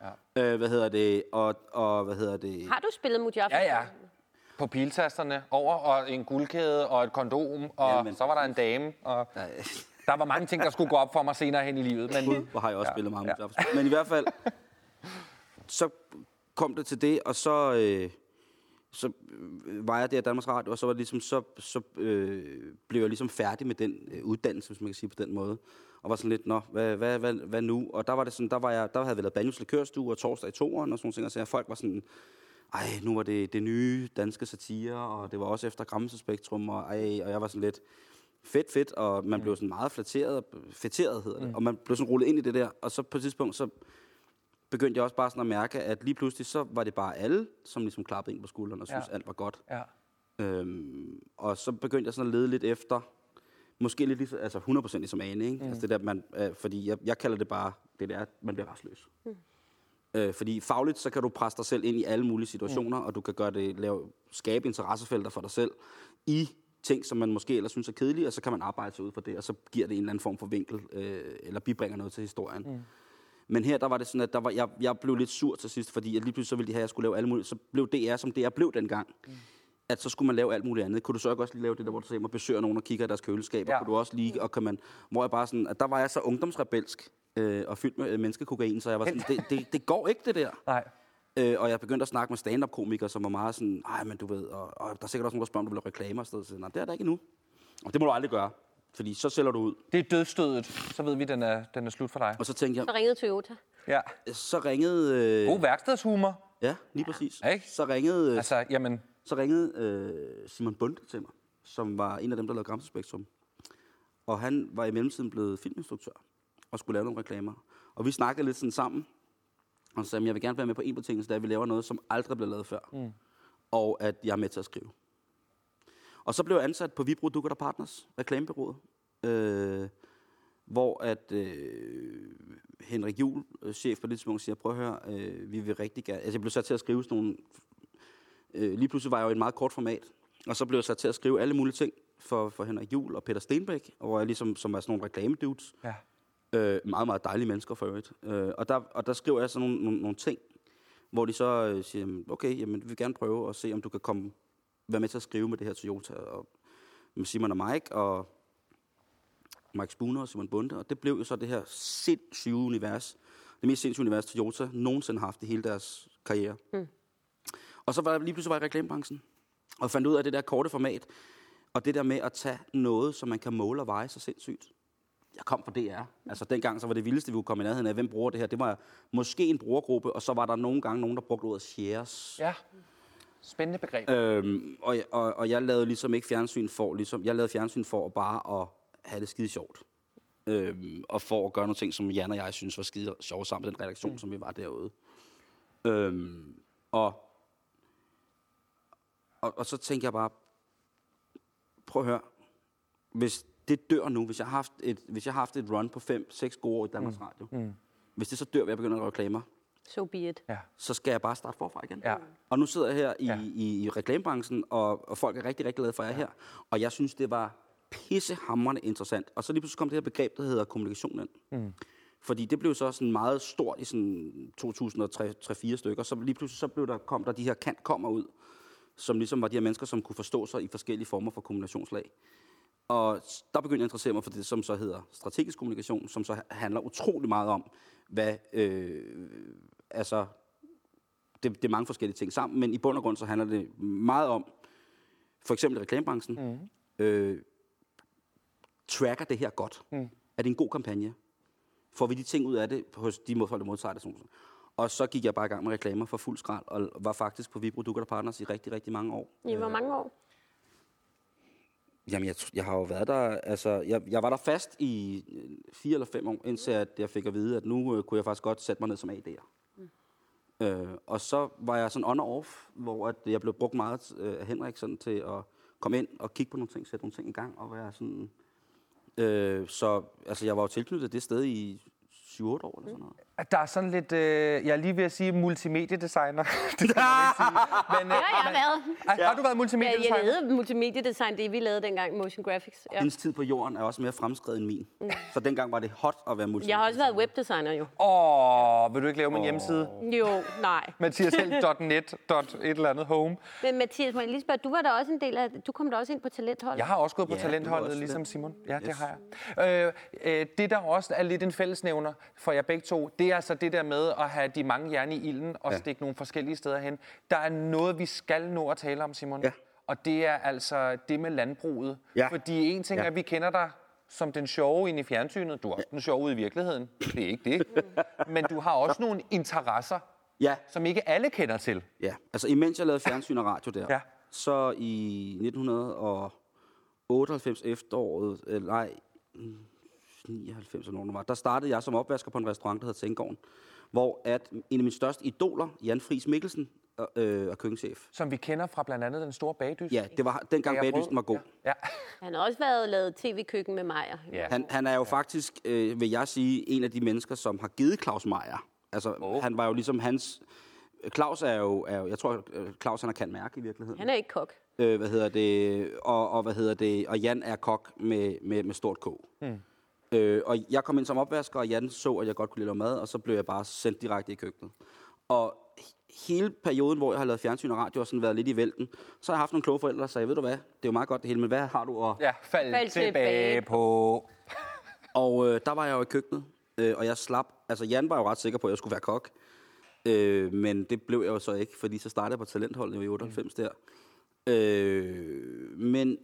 Har du spillet Mujaffa? Ja. På piltasterne over, og en guldkæde og et kondom, og så var der en dame, og der var mange ting, der skulle gå op for mig senere hen i livet. Men... Hvor har jeg også spillet meget Mujaffa. Men i hvert fald, så kom det til det, og så var jeg der i Danmarks Radio, og så var det ligesom, blev jeg ligesom færdig med den uddannelse, hvis man kan sige på den måde. Og var sådan lidt, hvad nu? Og der var det sådan, der havde vi lavet Banjos Likørstue og Torsdag i Toren og sådan nogle ting, og så folk var sådan, nu var det nye danske satire, og det var også efter Gramsespektrum, og jeg var sådan lidt fedt, og man blev sådan meget fætteret hedder det, og man blev sådan rullet ind i det der, og så på et tidspunkt, så begyndte jeg også bare sådan at mærke, at lige pludselig, så var det bare alle, som ligesom klappede ind på skulderen og syntes, alt var godt. Ja. Og så begyndte jeg sådan at lede lidt efter, måske lidt ligesom, altså 100% ligesom Ane, ikke? Altså det der, fordi jeg kalder det bare det er, at man bliver restløs. Fordi fagligt, så kan du presse dig selv ind i alle mulige situationer, og du kan gøre det, skabe interessefelter for dig selv i ting, som man måske ellers synes er kedelige, og så kan man arbejde sig ud for det, og så giver det en eller anden form for vinkel, eller bibringer noget til historien. Men her, der var det sådan, at jeg blev lidt sur til sidst, fordi lige pludselig så ville de have, at jeg skulle lave alle mulige, så blev DR, som DR blev dengang. At så skulle man lave alt muligt andet. Kunne du så også lige lave det der, hvor du sagde, at besøger nogen og kigger i deres køleskaber? Ja. Kunne du også lige, og kan man, hvor jeg bare sådan, at der var jeg så ungdomsrebelsk og fyldt med menneskekokain, så jeg var sådan, det går ikke det der. Nej. Og jeg begyndte at snakke med stand-up-komikere, som var meget sådan, ej, men du ved, og der er sikkert også nogen, der spørger, om du vil lave reklamer og sådan noget. Nej, det er der ikke endnu. Og det må du aldrig gøre, fordi så sælger du ud. Det er dødsstødet, så ved vi, den er slut for dig. Og så tænkte jeg... Så ringede Toyota. Ja. Så ringede... God værkstedshumor. Ja, lige præcis. Ja, ikke? Så ringede... Altså, jamen... Så ringede Simon Bonde til mig, som var en af dem, der lavede Gramsespektrum. Og han var i mellemtiden blevet filminstruktør og skulle lave nogle reklamer. Og vi snakkede lidt sådan sammen, og så sagde, jeg vil gerne være med på en betingelse, at vi laver noget, som aldrig blev lavet før. Og at jeg er med til at skrive. Og så blev jeg ansat på Vibro Dukkert & Partners, reklamebureauet, hvor at Henrik Juhl, chef på det tidspunkt, siger, prøv at høre, vi vil rigtig gerne... Altså, jeg blev sat til at skrive sådan nogle... lige pludselig var jeg jo i et meget kort format, og så blev jeg sat til at skrive alle mulige ting for Henrik Juhl og Peter Stenbæk, og hvor jeg ligesom, som var sådan nogle reklamedudes. Ja. Meget, meget dejlige mennesker for øvrigt. Og der skriver jeg sådan nogle ting, hvor de så siger, okay, jamen, vi vil gerne prøve at se, om du kan være med til at skrive med det her Toyota, og med Simon og Mike, og Mike Spooner og Simon Bonde, og det blev jo så det her sindssyge univers, det mest sindssyge univers Toyota nogensinde har haft i hele deres karriere. Og så var jeg lige pludselig i reklamebranchen, og fandt ud af det der korte format, og det der med at tage noget, som man kan måle og veje så sindssygt. Jeg kom fra DR. Altså dengang så var det vildeste, vi kunne komme i nærheden af, hvem bruger det her. Det var måske en brugergruppe, og så var der nogle gange nogen, der brugte ordet shares. Ja, spændende begreb. Og jeg lavede ligesom ikke fjernsyn for, jeg lavede fjernsyn for bare at have det skide sjovt. Og for at gøre nogle ting, som Jan og jeg synes var skide sjovt sammen med den redaktion, som vi var derude. Og så tænkte jeg bare, prøv at høre, hvis det dør nu, hvis jeg har haft et run på 5-6 gode år i Danmarks Radio, hvis det så dør ved at begynde at reklamer, so be it. Så skal jeg bare starte forfra igen. Ja. Og nu sidder jeg her i reklamebranchen, og folk er rigtig, rigtig glade for, at jeg er her. Og jeg synes, det var pissehamrende interessant. Og så lige pludselig kom det her begreb, der hedder kommunikation ind. Fordi det blev så sådan meget stort i sådan 2003-4 stykker. Så lige pludselig kom der de her kommer ud, som ligesom var de her mennesker, som kunne forstå sig i forskellige former for kommunikationslag. Og der begyndte jeg at interessere mig for det, som så hedder strategisk kommunikation, som så handler utrolig meget om, hvad, det er mange forskellige ting sammen, men i bund og grund så handler det meget om, for eksempel i reklamebranchen, tracker det her godt. Er det en god kampagne? Får vi de ting ud af det hos de folk, der modtager det? Sådan. Og så gik jeg bare i gang med reklamer for fuld skrald, og var faktisk på Vibro Dukkert & Partners i rigtig, rigtig mange år. I hvor mange år? Jamen, jeg har jo været der, altså, jeg var der fast i 4 eller 5 år, indtil at jeg fik at vide, at nu kunne jeg faktisk godt sætte mig ned som AD'er. Og så var jeg sådan on og off, hvor at jeg blev brugt meget af Henrik sådan, til at komme ind og kigge på nogle ting, sætte nogle ting i gang, og være sådan... så altså, jeg var jo tilknyttet det sted i 7-8 år eller sådan noget. Der er sådan lidt, jeg er lige ved at sige multimediedesigner. Det kan man ikke sige. Men, det har jeg været. Har du været multimediedesigner? Ja, jeg lavede multimediedesign, det vi lavede dengang, motion graphics. Ja. Hendes tid på jorden er også mere fremskredet end min. Så dengang var det hot at være multimediedesigner. Jeg har også været webdesigner jo. Vil du ikke lave min hjemmeside? Jo, nej. MathiasHelt.net. et eller andet home. Men Mathias, må jeg lige spørge, du var der også en del af, du kom der også ind på talentholdet? Jeg har også gået på talentholdet, ligesom Simon. Ja, det har jeg. Det der også er lidt en fællesnævner for jer begge to, det er altså det der med at have de mange jern i ilden og stikke nogle forskellige steder hen. Der er noget, vi skal nå at tale om, Simon. Ja. Og det er altså det med landbruget. Ja. Fordi en ting er, at vi kender dig som den sjove inde i fjernsynet. Du er også den sjove ude i virkeligheden. Det er ikke det. Men du har også nogle interesser, som ikke alle kender til. Ja, altså imens jeg lavede fjernsyn og radio der, så i 1998 efteråret, 99 eller nogen var, der startede jeg som opvasker på en restaurant, der hedder Tænkgården, hvor at en af mine største idoler, Jan Friis Mikkelsen, og køkkenchef. Som vi kender fra blandt andet den store bagdyst. Ja, det var dengang bagdysten var god. Ja. Han har også været lavet tv-køkken med Meyer. Ja. Han er jo faktisk, vil jeg sige, en af de mennesker, som har givet Claus Meyer. Altså, han var jo ligesom hans... Claus er jo jeg tror, Claus han kan mærke i virkeligheden. Han er ikke kok. Og Jan er kok med stort K. Og jeg kom ind som opvasker, og Jan så, at jeg godt kunne lide at lave mad, og så blev jeg bare sendt direkte i køkkenet. Og hele perioden, hvor jeg har lavet fjernsyn og radio, og sådan været lidt i vælten, så har jeg haft nogle kloge forældre, der sagde, ved du hvad, det er jo meget godt det hele, men hvad har du at... Ja, fald tilbage på... Og der var jeg jo i køkkenet, og jeg slap... Altså, Jan var jo ret sikker på, at jeg skulle være kok. Men det blev jeg jo så ikke, fordi så startede jeg på talentholdet i 98 der. Men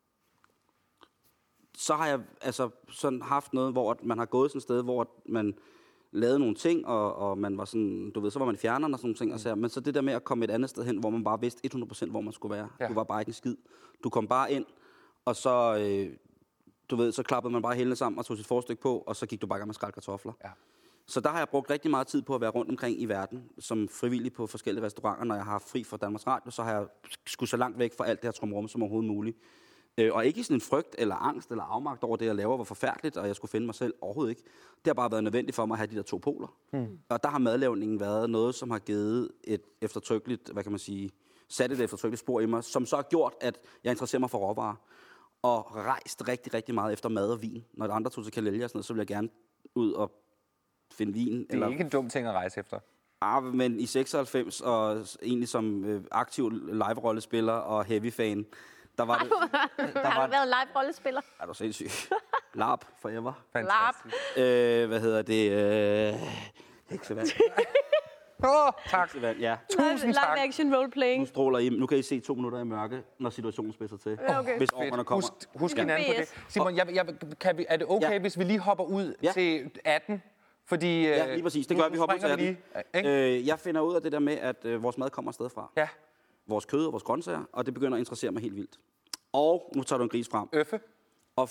så har jeg altså sådan haft noget, hvor man har gået sådan et sted, hvor man lavede nogle ting, og man var sådan, du ved, så var man i fjerneren og sådan nogle ting, og så, men så det der med at komme et andet sted hen, hvor man bare vidste 100% hvor man skulle være. Ja. Du var bare ikke en skid. Du kom bare ind, og så, du ved, så klappede man bare hælene sammen og tog sit forstykke på, og så gik du bare i gang med at skrælle kartofler. Ja. Så der har jeg brugt rigtig meget tid på at være rundt omkring i verden, som frivillig på forskellige restauranter. Når jeg har fri fra Danmarks Radio, så har jeg skudt så langt væk fra alt det her trumrum som overhovedet muligt. Og ikke sådan en frygt eller angst eller afmagt over det, jeg laver, var forfærdeligt, og jeg skulle finde mig selv overhovedet ikke. Det har bare været nødvendigt for mig at have de der to poler. Og der har madlavningen været noget, som har givet et eftertrykkeligt, hvad kan man sige, sat et eftertrykkeligt spor i mig, som så har gjort, at jeg interesserer mig for råvarer. Og rejst rigtig, rigtig meget efter mad og vin. Når andre tog til Kalelja og sådan noget, så vil jeg gerne ud og finde vin. Det er ikke en dum ting at rejse efter. Men i 96, og egentlig som aktiv live-rollespiller og heavy-fan, der var det... Har du været live-rollespiller? Er du sindssyg? LARP forever. Fantastisk. Hvad hedder det? Heksevand. Tak. Heksevand, ja. Tusind tak. Live action role-playing. Nu stråler I. Nu kan I se 2 minutter i mørke, når situationen spidser til. Okay. Hvis ordrene kommer. Husk hinanden på det. Simon, er det okay, hvis vi lige hopper ud til 18? Fordi, ja, lige præcis. Det gør vi hopper til 18. Jeg finder ud af det der med, at vores mad kommer afsted fra. Ja. Vores kød og vores grøntsager, og det begynder at interessere mig helt vildt. Og nu tager du en gris frem. Øffe. Og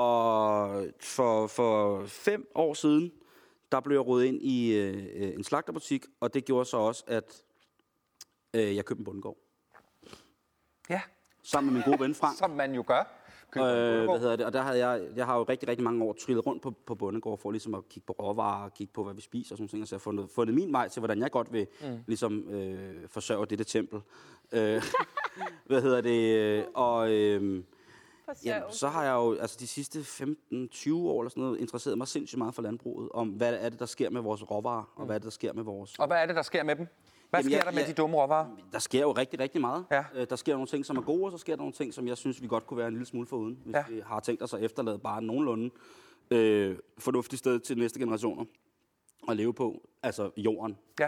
for 5 år siden, der blev jeg rodet ind i en slagterbutik, og det gjorde så også, at jeg købte en bondegård. Ja. Sammen med min gode ven Frank. Som man jo gør. Hvad hedder det? Og der havde jeg har jo rigtig, rigtig mange år trillet rundt på bondegård for ligesom at kigge på råvarer, kigge på, hvad vi spiser og sådan ting. Så jeg har fundet min vej til, hvordan jeg godt vil ligesom forsørge dette tempel. Hvad hedder det? Og så har jeg jo altså de sidste 15-20 år eller sådan noget interesseret mig sindssygt meget for landbruget, om hvad er det, der sker med vores råvarer, og hvad er det, der sker med vores... Og hvad er det, der sker med dem? Hvad sker der med de dumme råvarer? Der sker jo rigtig, rigtig meget. Ja. Der sker nogle ting, som er gode, og så sker der nogle ting, som jeg synes, vi godt kunne være en lille smule foruden, hvis vi har tænkt os at efterlade bare nogenlunde fornuftigt sted til næste generationer at leve på. Altså jorden. Ja.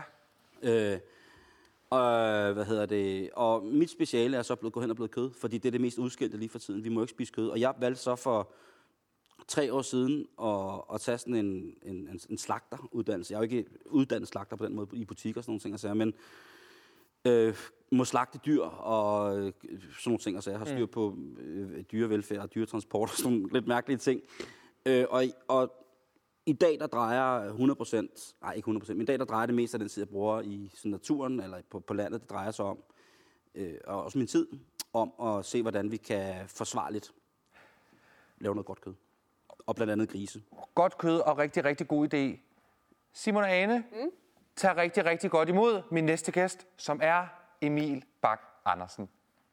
Hvad hedder det? Og mit speciale er så gået hen og blevet kød, fordi det er det mest udskilte lige for tiden. Vi må ikke spise kød. Og jeg valgte så for 3 år siden at tage sådan en slagteruddannelse. Jeg er jo ikke uddannet slagter på den måde i butikker og sådan nogle ting, men må slagte dyr og sådan nogle ting. Altså jeg har styr på dyrevelfærd og dyretransport og sådan nogle lidt mærkelige ting. Og i dag, der drejer 100%, nej ikke 100%, men i dag, der drejer det mest af den tid, jeg bruger i sådan naturen eller på landet, det drejer sig om, og også min tid, om at se, hvordan vi kan forsvarligt lave noget godt kød. Og blandt andet grise. Godt kød og rigtig, rigtig god idé. Simon og Ane, tager rigtig, rigtig godt imod min næste gæst, som er Emil Bak Andersen.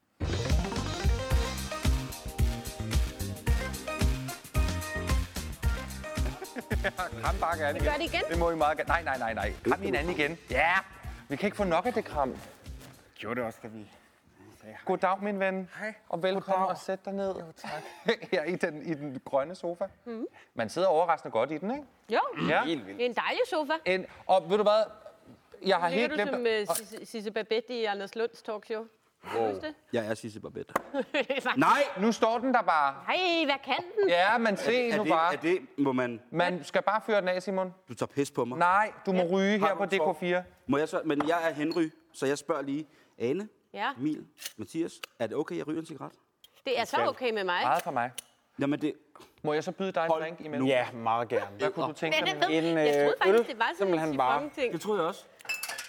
Kram Bakke an igen. Gør det igen? Det må I meget gerne. Nej. Kram hinanden igen. Ja, vi kan ikke få nok af det kram. Gjorde det også, da vi... Goddag, min ven. Hej. Og velkommen og sæt dig ned. Jo, tak. Her i den grønne sofa. Man sidder overraskende godt i den, ikke? Jo, Ja. det er en dejlig sofa. Og ved du hvad? Jeg har Ligger helt du glemt... som Sisse Babette i Anders Lunds talkshow? Wow. Det? Jeg er Sisse Babette. Nej, nu står den der bare. Hej, hvad kan den? Ja, men se nu bare. Er det, må man... Man skal bare føre den af, Simon. Du tager pis på mig. Nej, du må ryge her Har på du DK4. Må jeg så... Men jeg er Henry, så jeg spørger lige. Ane, Ja, Emil, Mathias, er det okay, jeg ryger en cigaret? det er så okay med mig. Meget for mig. Jamen det... Må jeg så byde dig en drink imellem? Ja, meget gerne. Hvad kunne du tænke dig? Jeg troede faktisk, det var sådan en simpelthen bare. chifon-ting. Det troede jeg også.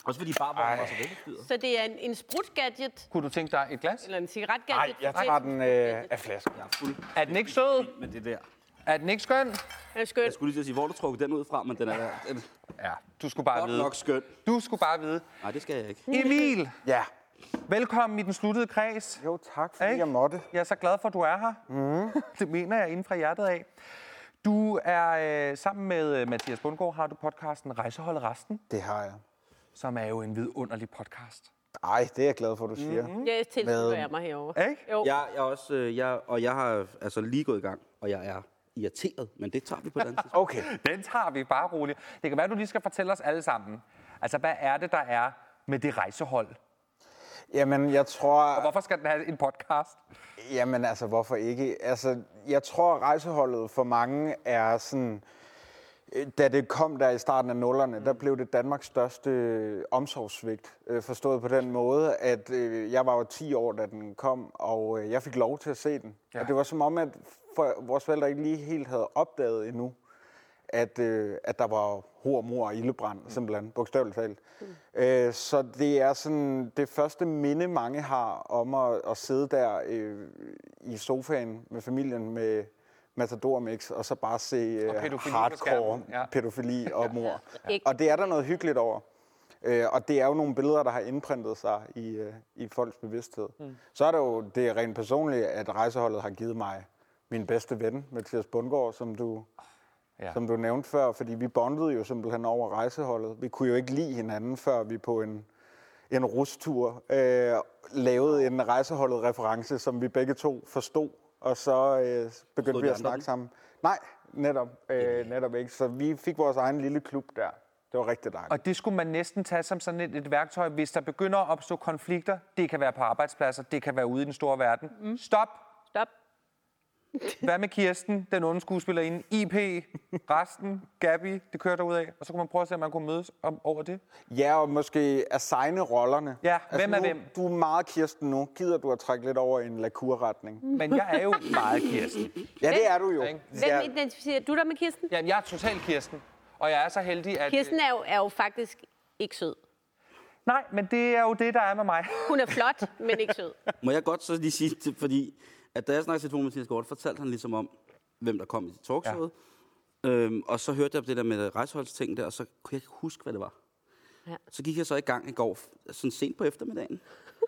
Også fordi barvognen var så veludstyret. Så det er en sprutgadget, Kunne du tænke dig et glas? eller en cigaretgadget? Nej, jeg tager den af flasken. Jeg er fuld Er den ikke sød? med det der. Er den ikke skøn? Det er skønt. Jeg skulle lige til at sige, hvor du trukket den ud fra, men den er Ja, du skulle bare godt vide. nok skøn. Du skulle bare vide. Nej, det skal jeg ikke. Emil, Ja. velkommen i den sluttede kreds. Jo, tak fordi Ikke? jeg måtte. Jeg er så glad for, at du er her. Det mener jeg inden fra hjertet af. Du er sammen med Mathias Bundgaard, har du podcasten Rejseholdet Resten, Det har jeg. som er jo en vidunderlig podcast. Ej, det er jeg glad for, du siger. Jeg tilslutter jeg mig herovre. Ikke? Jo. Jeg har altså lige gået i gang, og jeg er irriteret, men det tager vi på et andet tidspunkt. Okay. Den tager vi bare roligt. Det kan være, at du lige skal fortælle os alle sammen. Altså, hvad er det, der er med det rejsehold? Jamen, jeg tror... Og hvorfor skal den have en podcast? Jamen, altså, hvorfor ikke? Altså, jeg tror, rejseholdet for mange er sådan... Da det kom der i starten af nullerne, der blev det Danmarks største omsorgssvigt. Forstået på den måde, at jeg var jo 10 år, da den kom, og jeg fik lov til at se den. Ja. Og det var som om, at vores forældre ikke lige helt havde opdaget endnu, at der var hor, mor og ildebrand, simpelthen, bogstaveligt talt. Så det er sådan det første minde, mange har om at sidde der i sofaen med familien med Matador Mix, og så bare se pædofili på hardcore skærmen. Ja. pædofili og mor. Ikke. Og det er der noget hyggeligt over. Og det er jo nogle billeder, der har indprintet sig i folks bevidsthed. Så er der jo det rent personlige, at rejseholdet har givet mig min bedste ven, Mathias Bundgaard, som du nævnte før, fordi vi bondede jo simpelthen over rejseholdet. Vi kunne jo ikke lide hinanden, før vi på en rustur lavede en rejseholdet-reference, som vi begge to forstod, og så begyndte vi at snakke sammen. Nej, netop ikke. Så vi fik vores egen lille klub der. Det var rigtig dejligt. Og det skulle man næsten tage som sådan et værktøj, hvis der begynder at opstå konflikter. Det kan være på arbejdspladser, det kan være ude i den store verden. Stop! Stop. Hvad med Kirsten, den onde skuespillerinde, IP, resten, Gabi, det kører derud af. Og så kunne man prøve at se, om man kunne mødes over det. Ja, og måske assigne rollerne. Ja, hvem er nu, hvem? Du er meget Kirsten nu. Gider du at trække lidt over i en lakurretning? Men jeg er jo meget Kirsten. Ja, det er du jo. Ikke? Hvem identificerer du dig med Kirsten? Jamen, jeg er total Kirsten. Og jeg er så heldig, at... Kirsten er jo faktisk ikke sød. Nej, men det er jo det, der er med mig. Hun er flot, men ikke sød. Må jeg godt så lige sige, fordi at da jeg snakkede til Mathias Gård, fortalte han ligesom om, hvem der kom i talkshowet. Ja. Og så hørte jeg det der med rejseholdsting der, og så kunne jeg ikke huske, hvad det var. Ja. Så gik jeg så i gang i går, sådan sent på eftermiddagen.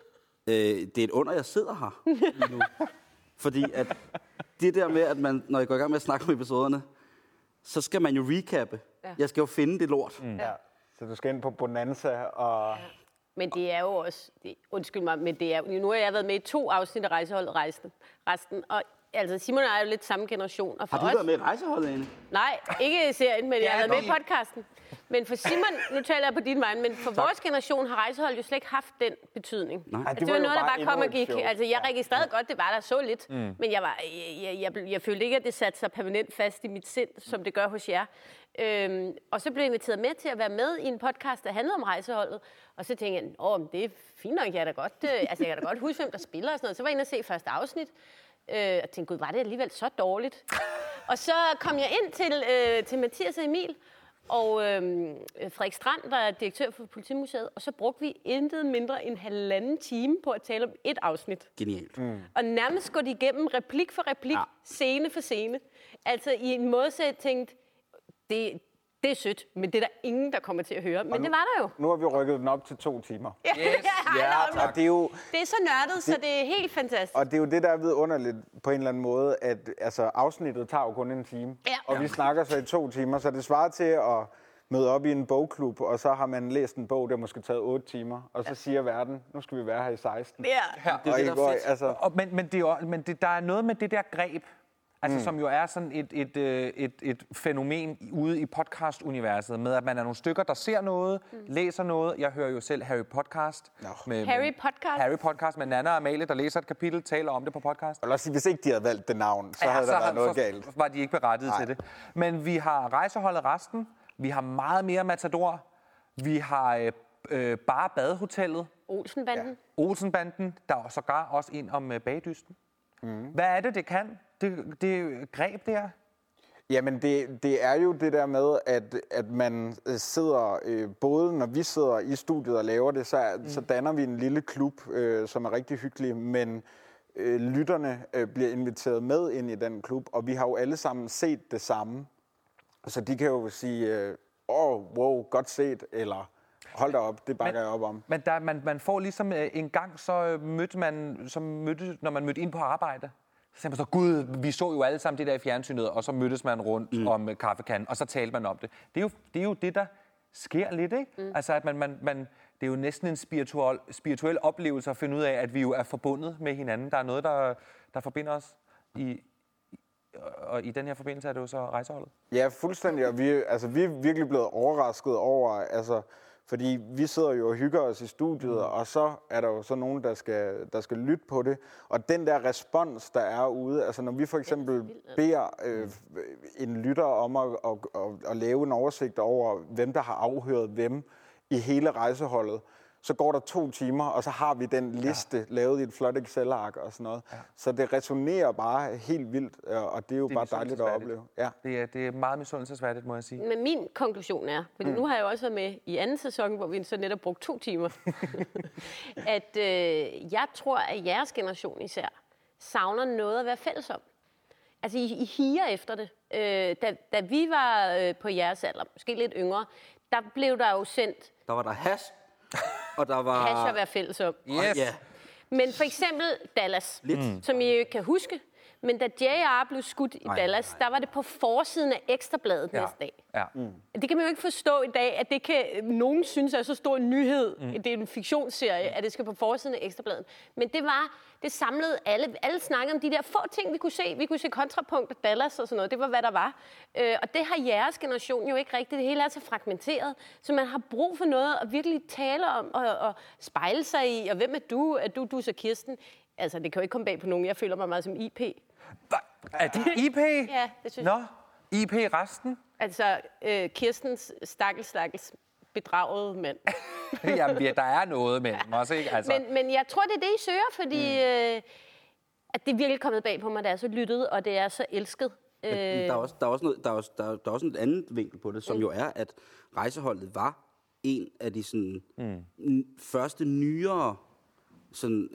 Det er et under, jeg sidder her lige nu. Fordi at det der med, at man, når jeg går i gang med at snakke om episoderne, så skal man jo recappe. Ja. Jeg skal jo finde det lort. Ja. Så du skal ind på Bonanza og... Men det er jo også... undskyld mig, men det er, nu har jeg været med i 2 afsnit af Rejseholdet Resten. Og altså, Simon er jo lidt samme generation. Og for Har du været med i rejseholdet, Ane? Nej, ikke i serien, men jeg har været med i det. podcasten. Men for Simon, nu taler jeg på din vej, men for vores generation har rejseholdet jo slet ikke haft den betydning. Nej. Altså, det var jo noget, der bare kom og endnu et gik. show. Altså, jeg registrerede godt, det var der så lidt. Men jeg følte ikke, at det satte sig permanent fast i mit sind, som det gør hos jer. Og så blev jeg inviteret med til at være med i en podcast, der handlede om rejseholdet. Og så tænkte jeg, det er fint nok, jeg kan da godt huske, hvem der spiller og sådan noget. Så var jeg inde og se første afsnit. Og tænkte, gud, var det alligevel så dårligt? Og så kom jeg ind til Mathias og Emil, og Frederik Strand, der er direktør for Politimuseet, og så brugte vi intet mindre end 1,5 time på at tale om et afsnit. Genialt. Og nærmest går de igennem replik for replik, scene for scene. Altså i en måde, så jeg tænkte, det er sødt, men det er der ingen, der kommer til at høre. Men det var der jo. Nu har vi rykket den op til 2 timer. Yes. Og det er jo... Det er så nørdet, så det er helt fantastisk. Og det er jo det, der er vidunderligt på en eller anden måde, at altså, afsnittet tager jo kun 1 time. Ja. Og vi snakker så i 2 timer, så det svarer til at møde op i en bogklub, og så har man læst en bog, der måske taget 8 timer, og så siger verden, nu skal vi være her i 16. Ja. Det er Og det, I der går, er fedt. altså, Der er noget med det der greb, altså, som jo er sådan et fænomen ude i podcast-universet, med at man er nogle stykker, der ser noget, læser noget. Jeg hører jo selv Harry Podcast. Harry Podcast med Nana og Amalie, der læser et kapitel, taler om det på podcast. og lad os sige, hvis ikke de havde valgt det navn, så havde der været noget galt. Så var de ikke berettiget til det. Men vi har Rejseholdet Resten, vi har meget mere Matador, vi har bare Badehotellet, Olsenbanden. Olsenbanden, der er sågar også en om bagdysten. Hvad er det kan? Det greb der? Jamen, det er jo det der med, at man sidder, både når vi sidder i studiet og laver det, så danner vi en lille klub, som er rigtig hyggelig, men lytterne bliver inviteret med ind i den klub, og vi har jo alle sammen set det samme. Så de kan jo sige, wow, godt set, eller hold da op, det bakker jeg op om. Men man får ligesom en gang, så mødte, når man mødte ind på arbejde, så sagde man så, gud, vi så jo alle sammen det der i fjernsynet, og så mødtes man rundt om kaffekanden, og så talte man om det. Det er jo det, der sker lidt, ikke? Altså, at det er jo næsten en spirituel oplevelse at finde ud af, at vi jo er forbundet med hinanden. Der er noget, der forbinder os og i den her forbindelse er det jo så rejseholdet. Ja, fuldstændig, og vi er virkelig blevet overrasket over, fordi vi sidder jo og hygger os i studiet, og så er der jo så nogen, der skal lytte på det. Og den der respons, der er ude, altså når vi for eksempel beder en lytter om at lave en oversigt over, hvem der har afhørt hvem i hele rejseholdet, så går der 2 timer, og så har vi den liste lavet i et flot Excel-ark og sådan noget. Ja. Så det resonerer bare helt vildt, og det er jo bare dejligt at opleve. Ja. Det er meget misundelsesværdigt, må jeg sige. Men min konklusion er, fordi nu har jeg jo også været med i anden sæson, hvor vi så netop brugte 2 timer, at jeg tror, at jeres generation især savner noget at være fælles om. Altså, I higer efter det. Da vi var på jeres alder, måske lidt yngre, der blev der jo sendt... Der var der hash. Og der var... Hash at være fælles om. Yes. Ja. Men for eksempel Dallas, som I kan huske. Men da JR blev skudt i Dallas, der var det på forsiden af Ekstrabladet næste dag. Ja. Det kan man jo ikke forstå i dag, at det kan nogen synes er så stor en nyhed. Det er en fiktionsserie, at det skal på forsiden af Ekstrabladet. Men det samlede alle snakkede om de der få ting, vi kunne se. Vi kunne se Kontrapunkt og Dallas og sådan noget. Det var, hvad der var. Og det har jeres generation jo ikke rigtigt. Det hele er så fragmenteret. Så man har brug for noget at virkelig tale om og spejle sig i. Og hvem er du? Er du så Kirsten? Altså, det kan jo ikke komme bag på nogen. Jeg føler mig meget som IP. Er det IP? Ja, det synes jeg. IP resten? Altså, Kirstens stakkels bedragede mand. Jamen, der er noget mellem også, ikke? Altså. Men jeg tror, det er det, I søger, fordi at det er virkelig kommet bag på mig, det er så lyttet, og det er så elsket. Der er også en anden vinkel på det, som jo er, at rejseholdet var en af de sådan, første nyere sådan,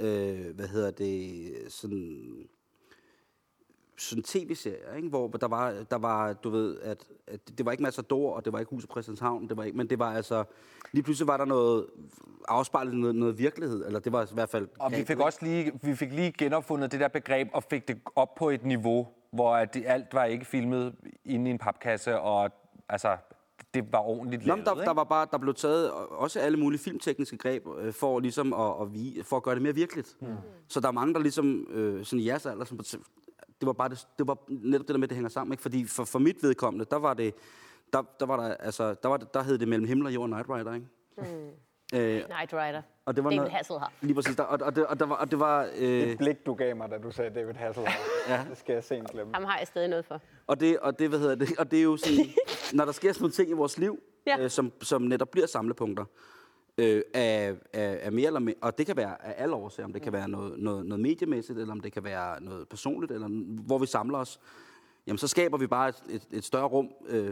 sådan tv-serier, ikke? Hvor der var, du ved, at det var ikke Matador, og det var ikke Huset Christianshavn, men det var altså, lige pludselig var der noget afspejlet noget virkelighed, eller det var i hvert fald... Og vi fik lige genopfundet det der begreb, og fik det op på et niveau, hvor alt var ikke filmet inde i en papkasse, og altså... Det var ordentligt lavet, der blev taget også alle mulige filmtekniske greb for ligesom for at gøre det mere virkeligt. Så der er mange, der ligesom sådan i jeres alder, det var netop det der med, at det hænger sammen, ikke? Fordi for mit vedkommende, der hed det Mellem himmel og jord Knight Rider, ikke? Knight Rider. Og det var David Hasselhoff. Lige præcis. Og det var... Et blik, du gav mig, da du sagde David Hasselhoff. Ja. Det skal jeg sent glemme. Ham har jeg stadig noget for. Og det er jo sådan... når der sker sådan nogle ting i vores liv, som netop bliver samlepunkter, af mere eller mere... Og det kan være af alle årsager, om det kan være noget mediemæssigt, eller om det kan være noget personligt, eller hvor vi samler os. Jamen, så skaber vi bare et større rum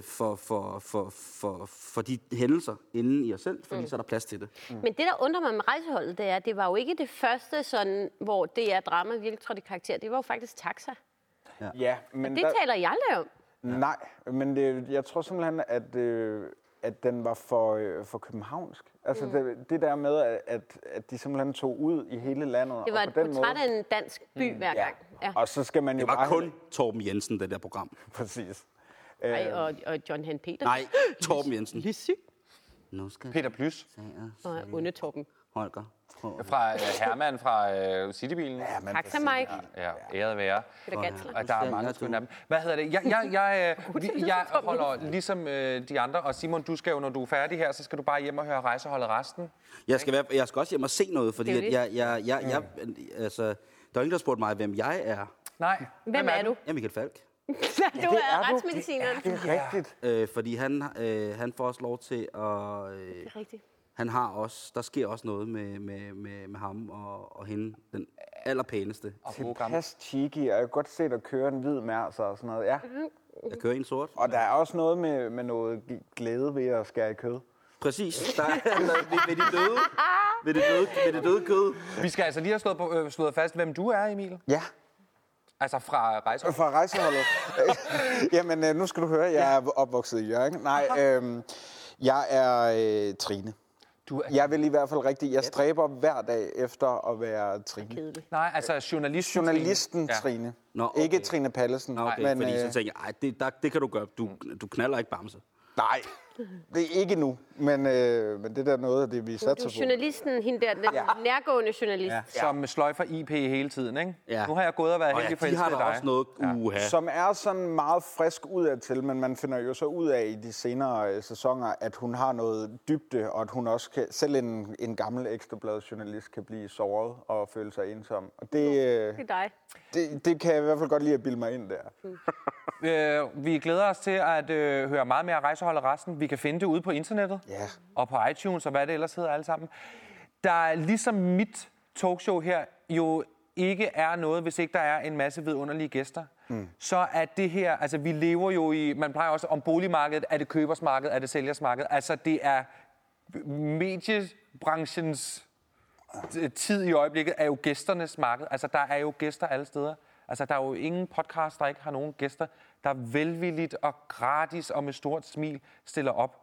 for de hændelser inden i os selv, fordi så er der plads til det. Men det, der undrer mig med rejseholdet, det er, at det var jo ikke det første, sådan, hvor det er drama virkelig trådte i karakter. Det var jo faktisk Taxa. Ja, men og det taler I aldrig om. Nej, men jeg tror simpelthen, at den var for københavnsk. Altså det der med, at de simpelthen tog ud i hele landet. Det var et portræt af en dansk by hver gang. Ja. Og så skal man jo bare... Det var kun Torben Jensen, det der program. Præcis. Og John Hen Peter. Nej, Torben Jensen. Lissy. Peter Plys. Og onde Torben. Holger. Fra Herman fra Citybilen. Ja, Taxa Mike. Ja, æret være. Peter Gansler. Og der er mange skønne af dem. Hvad hedder det? Jeg holder ligesom de andre, og Simon, du skal jo, når du er færdig her, så skal du bare hjem og høre rejseholdet resten. Jeg skal også hjem og se noget, fordi at altså, der er ingen, der har spurgt mig, hvem jeg er. Nej. Hvem er du? Jeg er Michael Falk. Du er retsmedicineren. Det er rigtigt. Fordi han får også lov til at... Det er rigtigt. Der sker også noget med ham og hende, den allerpæneste. Tilpas cheeky, og jeg kan godt se dig køre en hvid mærser og sådan noget. Ja. Jeg kører en sort. Og der er også noget med noget glæde ved at skære i kød. Præcis. Der er ved det døde kød. Vi skal altså lige have slået fast, hvem du er, Emil. Ja. Altså fra rejseholdet. Fra rejseholdet. Jamen, nu skal du høre, jeg er opvokset i Hjørring. Nej, jeg er Trine. Jeg vil i hvert fald jeg stræber hver dag efter at være Trine. Nej, altså Journalisten ja. Trine. Nå, okay. Ikke Trine Pallesen. Nå, okay, men, fordi så tænker jeg, det kan du gøre. Du knaller ikke bamse. Nej, det er ikke nu, men det der noget af det, vi satser på. Journalisten, hende der, den nærgående journalist. Ja. Som sløjfer IP hele tiden, ikke? Ja. Nu har jeg gået og været heldig forelsket i dig. De har også noget Som er sådan meget frisk udadtil, men man finder jo så ud af i de senere sæsoner, at hun har noget dybde, og at hun også kan, selv en gammel ekstrabladsjournalist kan blive såret og føle sig ensom. Og det er dig. Det kan jeg i hvert fald godt lide at bilde mig ind der. Vi glæder os til at høre meget mere Rejseholdet resten. Vi kan finde det ude på internettet og på iTunes og hvad det ellers hedder alle sammen. Der er ligesom mit talkshow her jo ikke er noget, hvis ikke der er en masse vidunderlige gæster. Så er det her, altså vi lever jo i, man plejer også om boligmarkedet, er det købersmarked, er det sælgersmarked. Altså det er mediebranchens tid i øjeblikket er jo gæsternes marked. Altså der er jo gæster alle steder. Altså, der er jo ingen podcast, der ikke har nogen gæster, der velvilligt og gratis og med stort smil stiller op.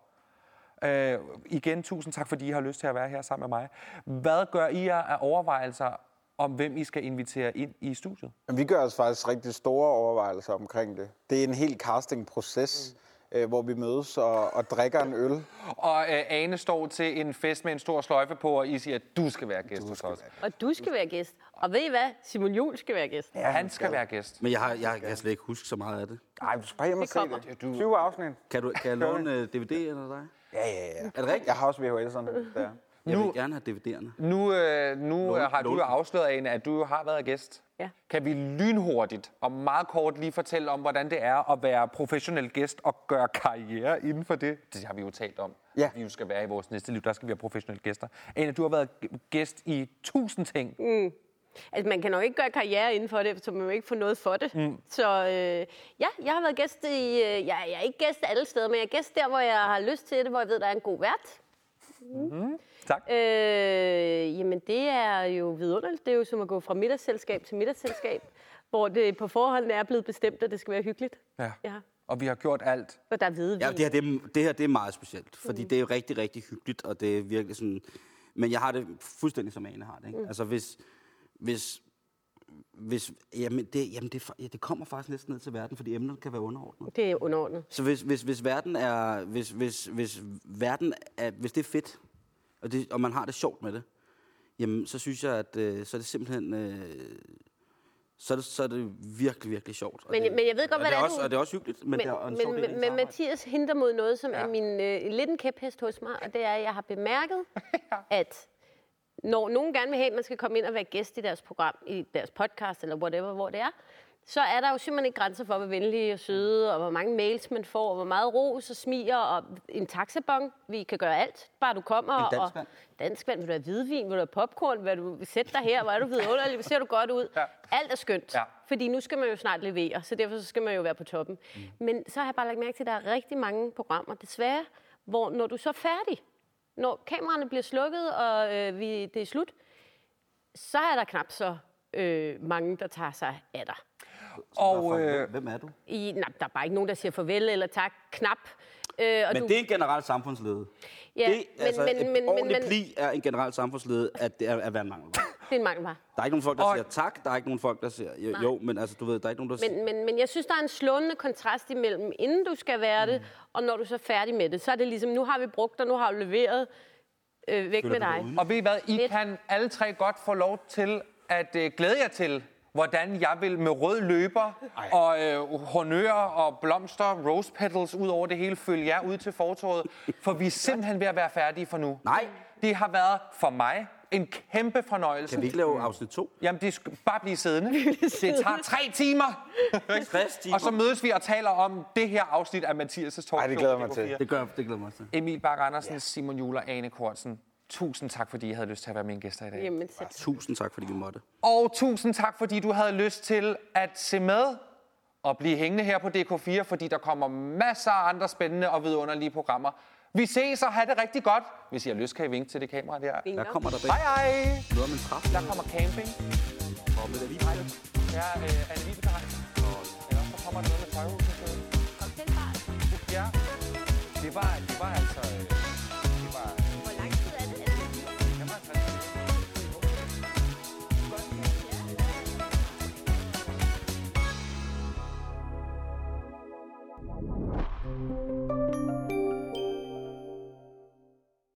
Igen, tusind tak, fordi I har lyst til at være her sammen med mig. Hvad gør I jer af overvejelser om, hvem I skal invitere ind i studiet? Vi gør os faktisk rigtig store overvejelser omkring det. Det er en helt castingproces, hvor vi mødes og drikker en øl. Og Ane står til en fest med en stor sløjfe på, og I siger, at du skal være gæst hos os. Og du skal være gæst. Og ved I hvad? Simon Juhl skal være gæst. Ja, han skal være gæst. Men jeg kan slet ikke huske så meget af det. Nej, du skal bare hjem og se det. 20 afsnit. Kan jeg låne DVD eller dig? Ja. Er det rigtigt? Jeg har også VHS'erne der. Jeg vil gerne have DVD'erne. Nu har du jo afsløret, Ane, at du har været gæst. Ja. Kan vi lynhurtigt og meget kort lige fortælle om, hvordan det er at være professionel gæst og gøre karriere inden for det? Det har vi jo talt om. Ja. Vi jo skal være i vores næste liv. Der skal vi have professionelle gæster. Ane, du har været gæst i 1000 ting. Altså, man kan nok ikke gøre karriere inden for det, så man vil ikke få noget for det. Så jeg har været gæst i... jeg er ikke gæst alle steder, men jeg er gæst der, hvor jeg har lyst til det, hvor jeg ved, der er en god vært. Tak. Jamen, det er jo vidunderligt. Det er jo som at gå fra middagsselskab til middagsselskab, hvor det på forhånd er blevet bestemt, at det skal være hyggeligt. Ja. Og vi har gjort alt. Og der er hvidevin. Ja, det her det er meget specielt, fordi det er jo rigtig, rigtig hyggeligt, og det er virkelig sådan... Men jeg har det fuldstændig som Ane har det, ikke? Altså, det kommer faktisk næsten ned til verden, fordi emnet kan være underordnet. Det er underordnet. Så hvis verden er... Hvis det er fedt, og man har det sjovt med det, jamen, så synes jeg, at så er det simpelthen... Så er det virkelig, virkelig sjovt. Men jeg ved godt, hvad det er, og det er også hyggeligt. Men Mathias hinter mod noget, som er min lidt en kæphest hos mig, og det er, at jeg har bemærket, at når nogen gerne vil have, at man skal komme ind og være gæst i deres program, i deres podcast eller whatever, hvor det er, så er der jo simpelthen ikke grænser for, hvor venlige og søde, og hvor mange mails man får, og hvor meget ros og smiger, og en taxabon. Vi kan gøre alt, bare du kommer. En danskvand. Danskvand, vil du have hvidvin, vil du have popcorn, vil du sætte dig her, hvor er du vidunderlig, hvor ser du godt ud. Ja. Alt er skønt, fordi nu skal man jo snart levere, så derfor så skal man jo være på toppen. Men så har jeg bare lagt mærke til, at der er rigtig mange programmer, desværre, hvor når du så er færdig, når kameraerne bliver slukket, og det er slut, så er der knap så mange, der tager sig af dig. Og hvem er du? Der er bare ikke nogen, der siger farvel eller tak, knap. Men det er en generel samfundslede. Ja, et ordentligt pli er en generel samfundslede, at det er at være en mangelvare. Det er en mangelvare. Der er ikke nogen folk, der siger tak. Der er ikke nogen folk, der siger jo, men altså, du ved, der er ikke nogen, der siger... Men jeg synes, der er en slående kontrast imellem, inden du skal være det, og når du så er færdig med det. Så er det ligesom, nu har vi brugt dig, nu har vi leveret væk med dig. Og ved I hvad, I kan alle tre godt få lov til at glæde jer til, hvordan jeg vil med rød løber og honører og blomster, rose petals ud over det hele, følge jer ud til fortovet. For vi er simpelthen ved at være færdige for nu. Nej. Det har været for mig en kæmpe fornøjelse. Kan vi ikke lave afsnit 2? Jamen, det skal bare blive siddende. Det tager 3 timer. 60 timer. Og så mødes vi og taler om det her afsnit af Mathias' talkshow. Ej, det glæder mig til. Det glæder mig til. Emil Bak Andersen, Simon Juhl og Ane Kortsen. Tusind tak, fordi I havde lyst til at være mine gæster i dag. Jamen, tusind tak, fordi vi måtte. Og tusind tak, fordi du havde lyst til at se med at blive hængende her på DK4, fordi der kommer masser af andre spændende og vidunderlige programmer. Vi ses og have det rigtig godt. Hvis I har lyst, kan I vinke til det kamera der. Der kommer der Hej hej! noget med en trappe. Der kommer camping. Og med det lige Ja, Anne-Vibeke Hej. Ja, så kommer der noget med tøjhuset. Cocktailbar. Ja, det var altså...